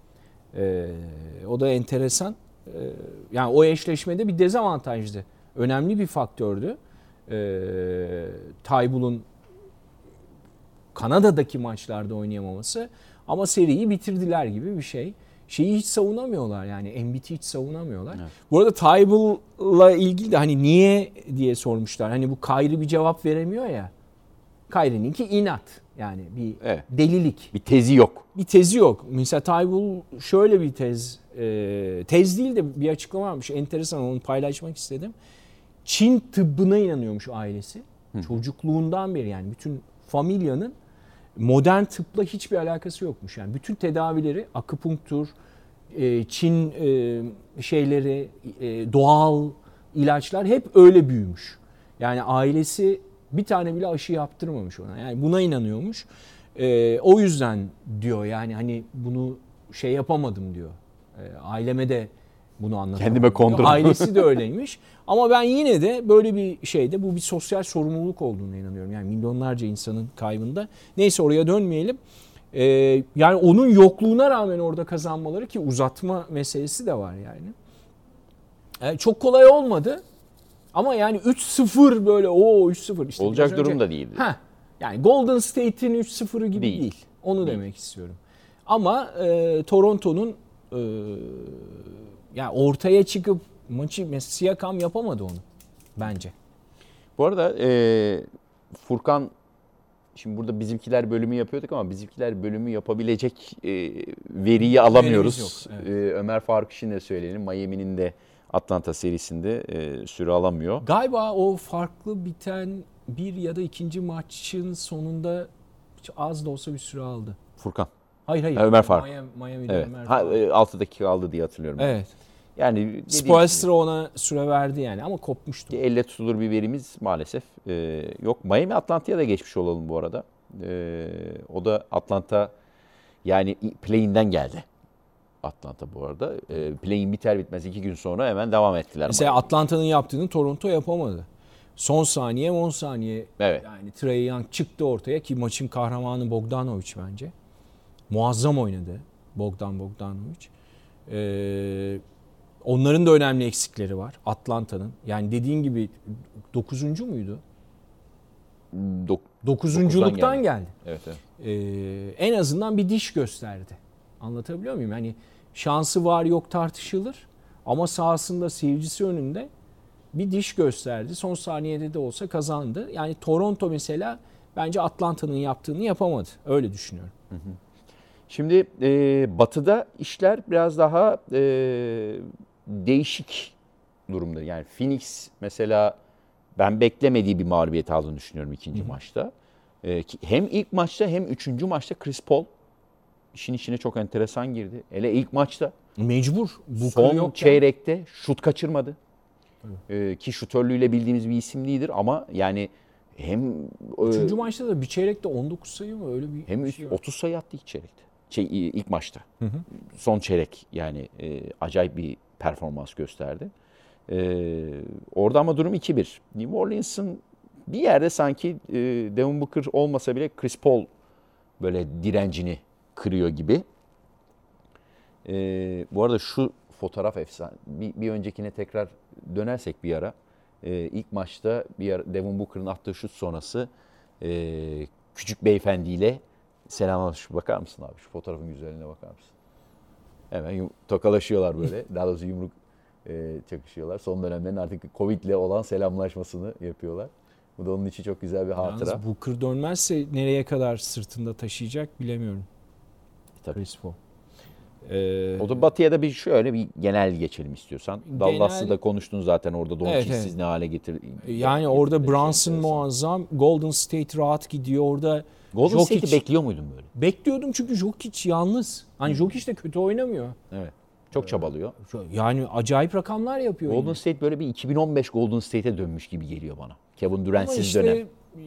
O da enteresan. Yani o eşleşmede bir dezavantajdı. Önemli bir faktördü. Thybulle'un Kanada'daki maçlarda oynayamaması ama seriyi bitirdiler gibi bir şey. Şeyi hiç savunamıyorlar yani Embiid'i hiç savunamıyorlar. Evet. Bu arada Thybulle'la ilgili de hani niye diye sormuşlar. Hani bu Kyrie bir cevap veremiyor ya. Kyrie'ninki inat. Yani bir delilik. Bir tezi yok. Bir tezi yok. Mesela Thybulle şöyle bir tez değil de bir açıklama varmış. Enteresan, onu paylaşmak istedim. Çin tıbbına inanıyormuş ailesi. Çocukluğundan beri yani bütün familyanın modern tıpla hiçbir alakası yokmuş. Yani bütün tedavileri akupunktur, Çin şeyleri, doğal ilaçlar hep öyle büyümüş. Yani ailesi bir tane bile aşı yaptırmamış ona. Yani buna inanıyormuş. O yüzden diyor yani hani bunu şey yapamadım diyor. Aileme de bunu anlatamadım. Kendime kondurdum. Ailesi de öyleymiş. Ama ben yine de böyle bir şeyde bu bir sosyal sorumluluk olduğuna inanıyorum. Yani milyonlarca insanın kaybında. Neyse oraya dönmeyelim. Yani onun yokluğuna rağmen orada kazanmaları, ki uzatma meselesi de var yani. Çok kolay olmadı. Ama yani 3-0 böyle 3-0 işte. Olacak durum da değildi. Yani Golden State'in 3-0'ı gibi değil. Onu demek istiyorum. Ama Toronto'nun yani ortaya çıkıp maçı Siakam yapamadı onu bence. Bu arada Furkan, şimdi burada bizimkiler bölümü yapıyorduk ama bizimkiler bölümü yapabilecek veriyi alamıyoruz. Evet. Ömer Faruk için de söyleyelim. Miami'nin de Atlanta serisinde süre alamıyor. Galiba o farklı biten bir ya da ikinci maçın sonunda az da olsa bir süre aldı. Furkan. Hayır. Ömer Faruk. Miami'de evet. Ömer Faruk. 6 dakika aldı diye hatırlıyorum. Evet. Yani Spoelstra ona süre verdi yani ama kopmuştu. Elle tutulur bir verimiz maalesef yok. Miami Atlanta'ya da geçmiş olalım bu arada. O da Atlanta yani play-in'den geldi. Atlanta bu arada. Play-in biter bitmez 2 gün sonra hemen devam ettiler. Mesela Atlanta'nın yaptığını Toronto yapamadı. Son saniye 10 saniye yani Trae Young çıktı ortaya ki maçın kahramanı Bogdanovic bence. Muazzam oynadı Bogdanovic. Onların da önemli eksikleri var Atlanta'nın. Yani dediğin gibi 9. muydu? 9'unculuktan geldi. Evet. En azından bir diş gösterdi. Anlatabiliyor muyum? Yani şansı var yok tartışılır. Ama sahasında, seyircisi önünde bir diş gösterdi. Son saniyede de olsa kazandı. Yani Toronto mesela bence Atlanta'nın yaptığını yapamadı. Öyle düşünüyorum. Şimdi Batı'da işler biraz daha değişik durumda. Yani Phoenix mesela ben beklemediği bir mağlubiyet aldığını düşünüyorum ikinci maçta. Hem ilk maçta hem üçüncü maçta Chris Paul işin içine çok enteresan girdi. Hele ilk maçta Mecbur. son çeyrekte şut kaçırmadı. Ki şutörlüğüyle bildiğimiz bir isim değildir ama yani hem Üçüncü maçta da bir çeyrekte 19 sayı mı öyle bir hem şey var. 30 sayı attı ilk çeyrekte. İlk maçta. Son çeyrek yani acayip bir performans gösterdi. Orada ama durum 2-1. New Orleans'ın bir yerde sanki Devin Booker olmasa bile Chris Paul böyle direncini kırıyor gibi. Bu arada şu fotoğraf efsane. Bir öncekine tekrar dönersek bir ara. İlk maçta bir ara Devin Booker'ın attığı şut sonrası küçük beyefendiyle selamlaşmış. Bakar mısın abi? Şu fotoğrafın güzelliğine bakar mısın? Hemen tokalaşıyorlar böyle. Daha doğrusu yumruk çakışıyorlar. Son dönemlerin artık Covid'le olan selamlaşmasını yapıyorlar. Bu da onun için çok güzel bir hatıra. Yalnız Booker dönmezse nereye kadar sırtında taşıyacak bilemiyorum. Tabii. Chris Paul. O da Batı'ya da bir şöyle bir genel geçelim istiyorsan. Dallas'ı da konuştun zaten orada Doncic'siz evet. ne hale getir. Yani orada Brunson muazzam. Golden State rahat gidiyor. Orada Golden State'i bekliyor muydun böyle? Bekliyordum çünkü Jokic yalnız. Hani Jokic de kötü oynamıyor. Evet. Çok çabalıyor. Yani acayip rakamlar yapıyor. Golden State böyle bir 2015 Golden State'e dönmüş gibi geliyor bana. Kevin Durant'siz işte, dönem.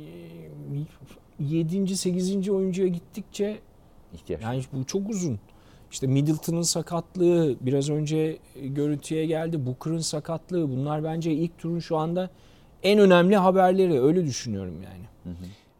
7. 8. oyuncuya gittikçe İhtiyaç. yani bu çok uzun. İşte Middleton'ın sakatlığı biraz önce görüntüye geldi. Booker'ın sakatlığı bunlar bence ilk turun şu anda en önemli haberleri. Öyle düşünüyorum yani.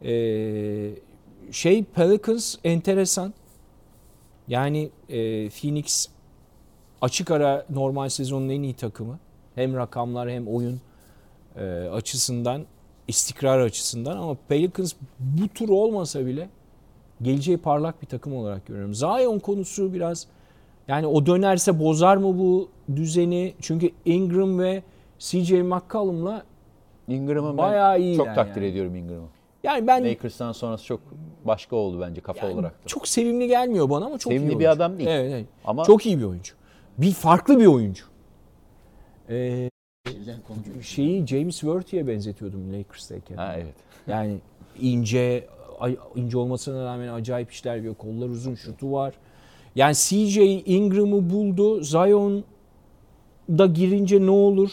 Pelicans enteresan. Yani Phoenix açık ara normal sezonun en iyi takımı. Hem rakamlar hem oyun açısından, istikrar açısından ama Pelicans bu tur olmasa bile geleceği parlak bir takım olarak görüyorum. Zion konusu biraz yani o dönerse bozar mı bu düzeni? Çünkü Ingram ve CJ McCollum'la Ingram'ı bayağı iyi çok takdir ediyorum Ingram'ı. Yani ben Lakers'tan sonrası çok başka oldu bence kafa olarak da. Çok sevimli gelmiyor bana ama çok sevimli iyi oyuncu. bir adam değil. Evet. Ama çok iyi bir oyuncu. Bir farklı bir oyuncu. James Worthy'ye benzetiyordum Lakers'tayken. Ha, evet. Yani ince olmasına rağmen acayip işler yapıyor. Kollar uzun, şutu var. Yani CJ Ingram'ı buldu. Zion da girince ne olur?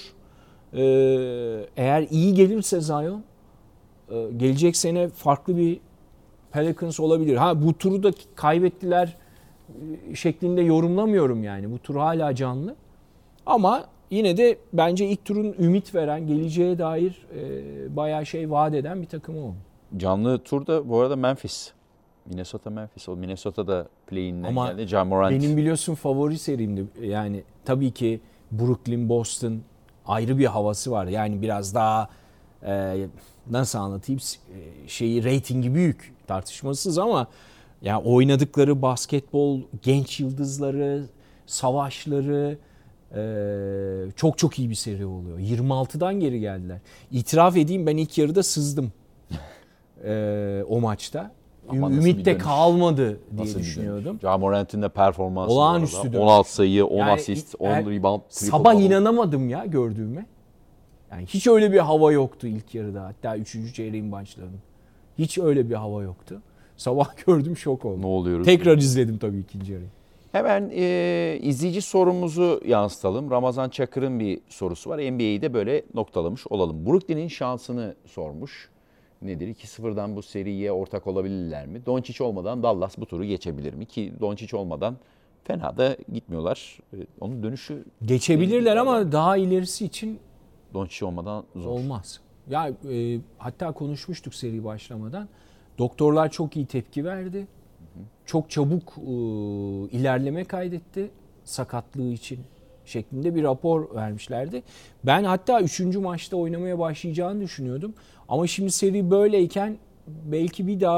Eğer iyi gelirse Zion gelecek sene farklı bir Pelicans olabilir. Bu turu da kaybettiler şeklinde yorumlamıyorum yani. Bu tur hala canlı. Ama yine de bence ilk turun ümit veren, geleceğe dair bayağı şey vaat eden bir takım o. Canlı turda bu arada Memphis. Memphis. O Minnesota'da play-in'den geldi. Ja Morant. Benim biliyorsun favori serimdi. Yani tabii ki Brooklyn, Boston ayrı bir havası var. Yani biraz daha nasıl anlatayım reytingi büyük tartışmasız ama yani oynadıkları basketbol, genç yıldızları, savaşları çok çok iyi bir seri oluyor. 26'dan geri geldiler. İtiraf edeyim ben ilk yarıda sızdım o maçta. Ümit de kalmadı diye düşünüyordum. Ja Morant'in de performansı olağanüstü 16 sayı, 10 asist, 10 rebound. Sabah inanamadım ya gördüğüme. Yani hiç öyle bir hava yoktu ilk yarıda. Hatta 3. çeyreğin başlarında. Hiç öyle bir hava yoktu. Sabah gördüm şok oldum. Ne oluyoruz? Tekrar izledim tabii ikinci yarıyı. Hemen izleyici sorumuzu yansıtalım. Ramazan Çakır'ın bir sorusu var. NBA'yi de böyle noktalamış olalım. Brooklyn'in şansını sormuş. Nedir? 2-0'dan bu seriye ortak olabilirler mi? Doncic olmadan Dallas bu turu geçebilir mi? Ki Doncic olmadan fena da gitmiyorlar. Onun dönüşü... Geçebilirler ama daha ilerisi için Doncic olmadan zor. Olmaz. Ya hatta konuşmuştuk seri başlamadan. Doktorlar çok iyi tepki verdi. Çok çabuk ilerleme kaydetti sakatlığı için şeklinde bir rapor vermişlerdi. Ben hatta 3. maçta oynamaya başlayacağını düşünüyordum. Ama şimdi seri böyleyken belki bir daha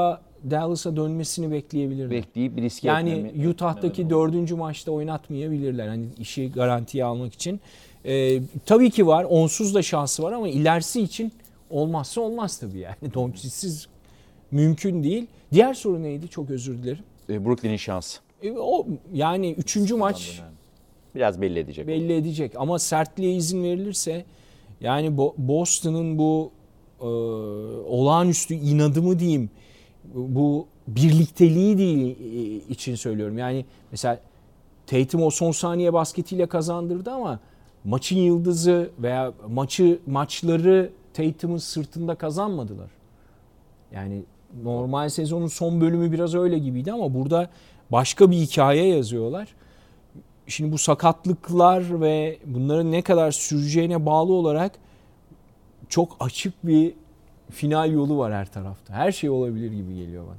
Dallas'a dönmesini bekleyebilirler. Bekleyip bir riske yani Utah'taki 4. maçta oynatmayabilirler. Hani işi garantiye almak için. Tabii ki var. Onsuz da şansı var ama ilerisi için olmazsa olmaz tabii yani. Doncic'siz mümkün değil. Diğer soru neydi? Çok özür dilerim. Brooklyn'in şansı. O yani 3. maç biraz belli edecek. Belli edecek ama sertliğe izin verilirse yani Boston'ın bu olağanüstü inadı mı diyeyim, bu birlikteliği değil için söylüyorum. Yani mesela Tatum o son saniye basketiyle kazandırdı ama maçın yıldızı veya maçları Tatum'un sırtında kazanmadılar. Yani normal sezonun son bölümü biraz öyle gibiydi ama burada başka bir hikaye yazıyorlar. Şimdi bu sakatlıklar ve bunların ne kadar süreceğine bağlı olarak çok açık bir final yolu var her tarafta. Her şey olabilir gibi geliyor bana.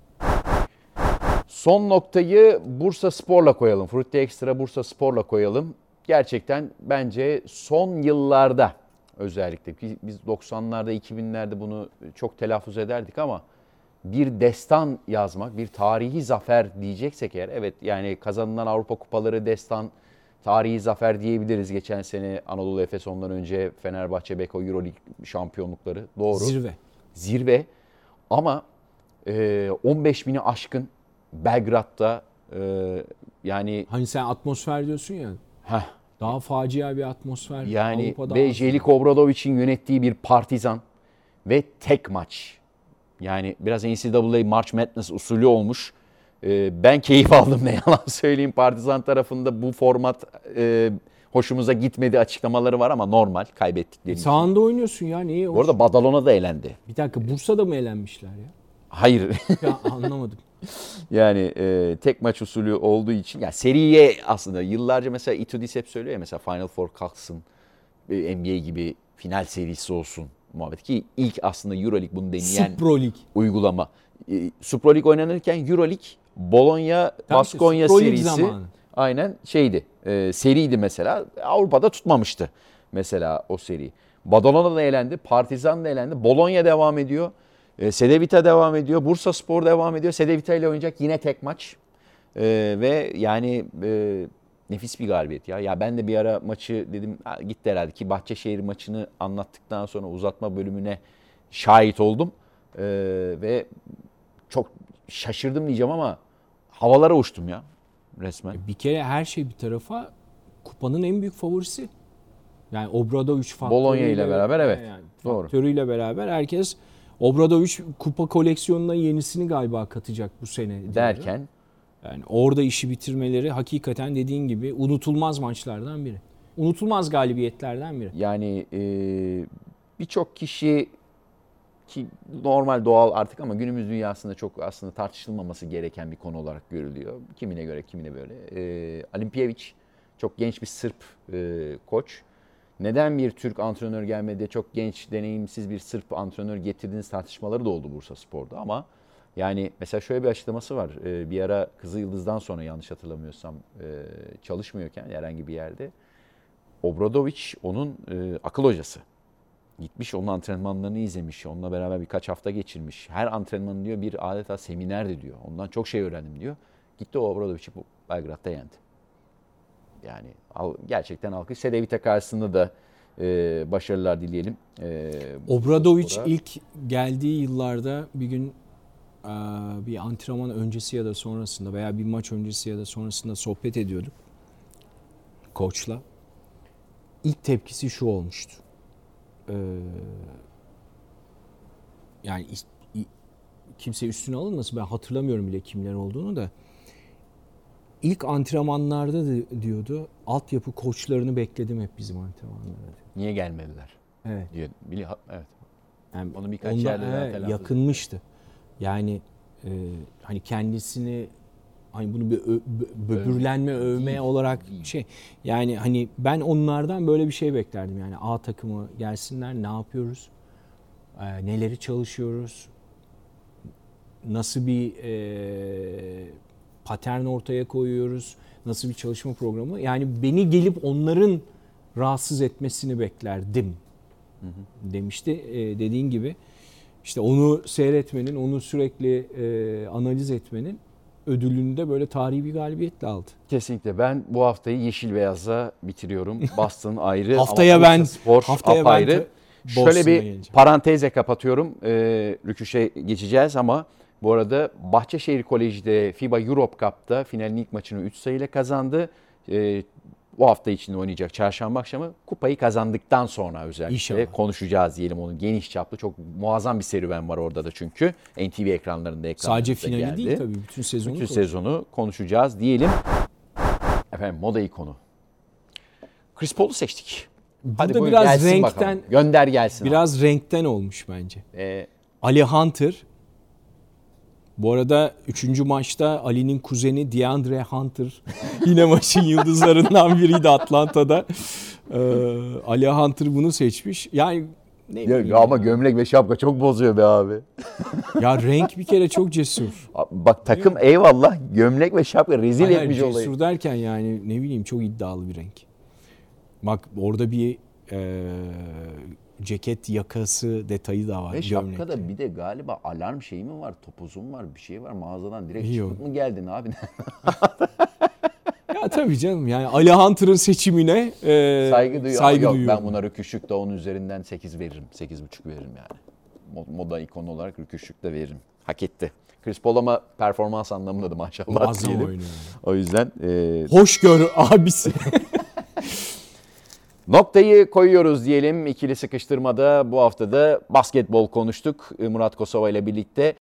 Son noktayı Bursaspor'la koyalım. Frutti Extra Bursaspor'la koyalım. Gerçekten bence son yıllarda özellikle biz 90'larda 2000'lerde bunu çok telaffuz ederdik ama bir destan yazmak, bir tarihi zafer diyeceksek eğer, evet yani kazanılan Avrupa Kupaları destan, tarihi zafer diyebiliriz. Geçen sene Anadolu Efes, ondan önce Fenerbahçe, Beko, Euroleague şampiyonlukları. Doğru. Zirve. Ama 15.000'i aşkın Belgrad'da yani... Hani sen atmosfer diyorsun ya. Daha facia bir atmosfer. Yani Avrupa'da ve Željko Obradovic'in yönettiği bir Partizan ve tek maç. Yani biraz NCAA March Madness usulü olmuş. Ben keyif aldım, ne yalan söyleyeyim. Partizan tarafında bu format hoşumuza gitmedi açıklamaları var ama normal, kaybettikleri için. Sahanda oynuyorsun ya, niye? Bu arada Badalona da elendi. Bir dakika, Bursa'da mı elenmişler ya? Hayır. Ya anlamadım. Yani tek maç usulü olduğu için, yani seriye aslında yıllarca mesela Itudis hep söylüyor ya, mesela Final Four kalksın, NBA gibi final serisi olsun muhabbet, ki ilk aslında Euroleague bunu deneyen uygulama. Super League oynanırken Euroleague, Bologna, Baskonya serisi zamanı. Aynen şeydi, seriydi mesela. Avrupa'da tutmamıştı mesela o seri. Badalona da elendi, Partizan da elendi, Bologna devam ediyor. Cedevita devam ediyor. Bursaspor devam ediyor. Cedevita ile oynayacak yine tek maç. Ve yani nefis bir galibiyet ya. Ya ben de bir ara maçı dedim gitti herhalde, ki Bahçeşehir maçını anlattıktan sonra uzatma bölümüne şahit oldum. Ve çok şaşırdım diyeceğim ama havalara uçtum ya resmen. Bir kere her şey bir tarafa, kupanın en büyük favorisi. Yani Obradović faktörüyle, Bologna ile beraber evet. Yani doğru. Faktörüyle beraber herkes Obradović kupa koleksiyonuna yenisini galiba katacak bu sene derken. Yani orada işi bitirmeleri hakikaten dediğin gibi unutulmaz maçlardan biri. Unutulmaz galibiyetlerden biri. Yani birçok kişi, ki normal, doğal artık ama günümüz dünyasında çok aslında tartışılmaması gereken bir konu olarak görülüyor. Kimine göre, kimine böyle. Alimpijević çok genç bir Sırp koç. Neden bir Türk antrenör gelmedi, çok genç, deneyimsiz bir Sırp antrenör getirdiğiniz tartışmaları da oldu Bursaspor'da ama yani mesela şöyle bir açıklaması var. Bir ara Kızılyıldız'dan sonra, yanlış hatırlamıyorsam, çalışmıyorken herhangi bir yerde Obradović onun akıl hocası. Gitmiş onun antrenmanlarını izlemiş, onunla beraber birkaç hafta geçirmiş. Her antrenmanı diyor bir adeta seminerdi diyor. Ondan çok şey öğrendim diyor. Gitti Obradović'i Belgrad'da yendi. Yani gerçekten alkış. Cedevita karşısında da başarılar dileyelim. Obradović ilk geldiği yıllarda bir gün bir antrenman öncesi ya da sonrasında veya bir maç öncesi ya da sonrasında sohbet ediyorduk koçla. İlk tepkisi şu olmuştu. Yani kimse üstüne alınmasın, ben hatırlamıyorum bile kimler olduğunu da. İlk antrenmanlarda diyordu, altyapı koçlarını bekledim hep bizim antrenmanlarda. Niye gelmediler? Evet. Evet. Yani onu birkaç yerde yakınmıştı. Yani hani kendisini, hani bunu bir böbürlenme, övme olarak şey. Yani hani ben onlardan böyle bir şey beklerdim. Yani A takımı gelsinler, ne yapıyoruz? Neleri çalışıyoruz? Nasıl bir patern ortaya koyuyoruz? Nasıl bir çalışma programı? Yani beni gelip onların rahatsız etmesini beklerdim demişti. Dediğin gibi İşte onu seyretmenin, onu sürekli analiz etmenin ödülünü de böyle tarihi bir galibiyetle aldı. Kesinlikle. Ben bu haftayı yeşil beyazla bitiriyorum. Boston ayrı Haftaya ama ben spor apayrı. Şöyle Boston'a bir geleceğim. parantezle kapatıyorum. Rüküş'e geçeceğiz ama bu arada Bahçeşehir Koleji'de FIBA Europe Cup'ta finalin ilk maçını 3 sayıyla kazandı. Bu hafta içinde oynayacak çarşamba akşamı kupayı kazandıktan sonra özellikle İnşallah. konuşacağız diyelim onun geniş çaplı. Çok muazzam bir serüven var orada da çünkü. NTV ekranlarında Sadece finali geldi. değil tabii, bütün sezonu. Bütün sezonu konuşacağız diyelim. Efendim moda ikonu. Chris Paul'u seçtik. Burada buyur, biraz gelsin renkten bakalım. Gönder gelsin. biraz renkten olmuş bence. Abi. Ali Hunter. Bu arada 3. maçta Ali'nin kuzeni DeAndre Hunter yine maçın yıldızlarından biriydi Atlanta'da. Ali Hunter bunu seçmiş. Yani ne bileyim Ya ama gömlek ve şapka çok bozuyor be abi. ya renk bir kere çok cesur. Bak takım eyvallah gömlek ve şapka rezil Hayır, etmiş olayı. cesur derken yani ne bileyim çok iddialı bir renk. Bak orada bir ceket yakası detayı da var. Ve gömlekte. şapkada bir de galiba alarm şeyi mi var, topuzum var, bir şey var mağazadan direkt Yok. çıkıp mı geldin abi? Ya tabii canım yani Ali Hunter'ın seçimine Saygı duyuyor. saygı Yok, duyuyorum. ben buna rüküşlükte onun üzerinden 8 veririm. 8,5 veririm yani. Moda ikonu olarak rüküşlükte veririm. Hak etti. Chris Paul ama performans anlamında da maşallah Muazzam diyelim. oynuyor. O yüzden Hoş gör abisi. noktayı koyuyoruz diyelim. İkili sıkıştırmada bu hafta da basketbol konuştuk Murat Kosova ile birlikte.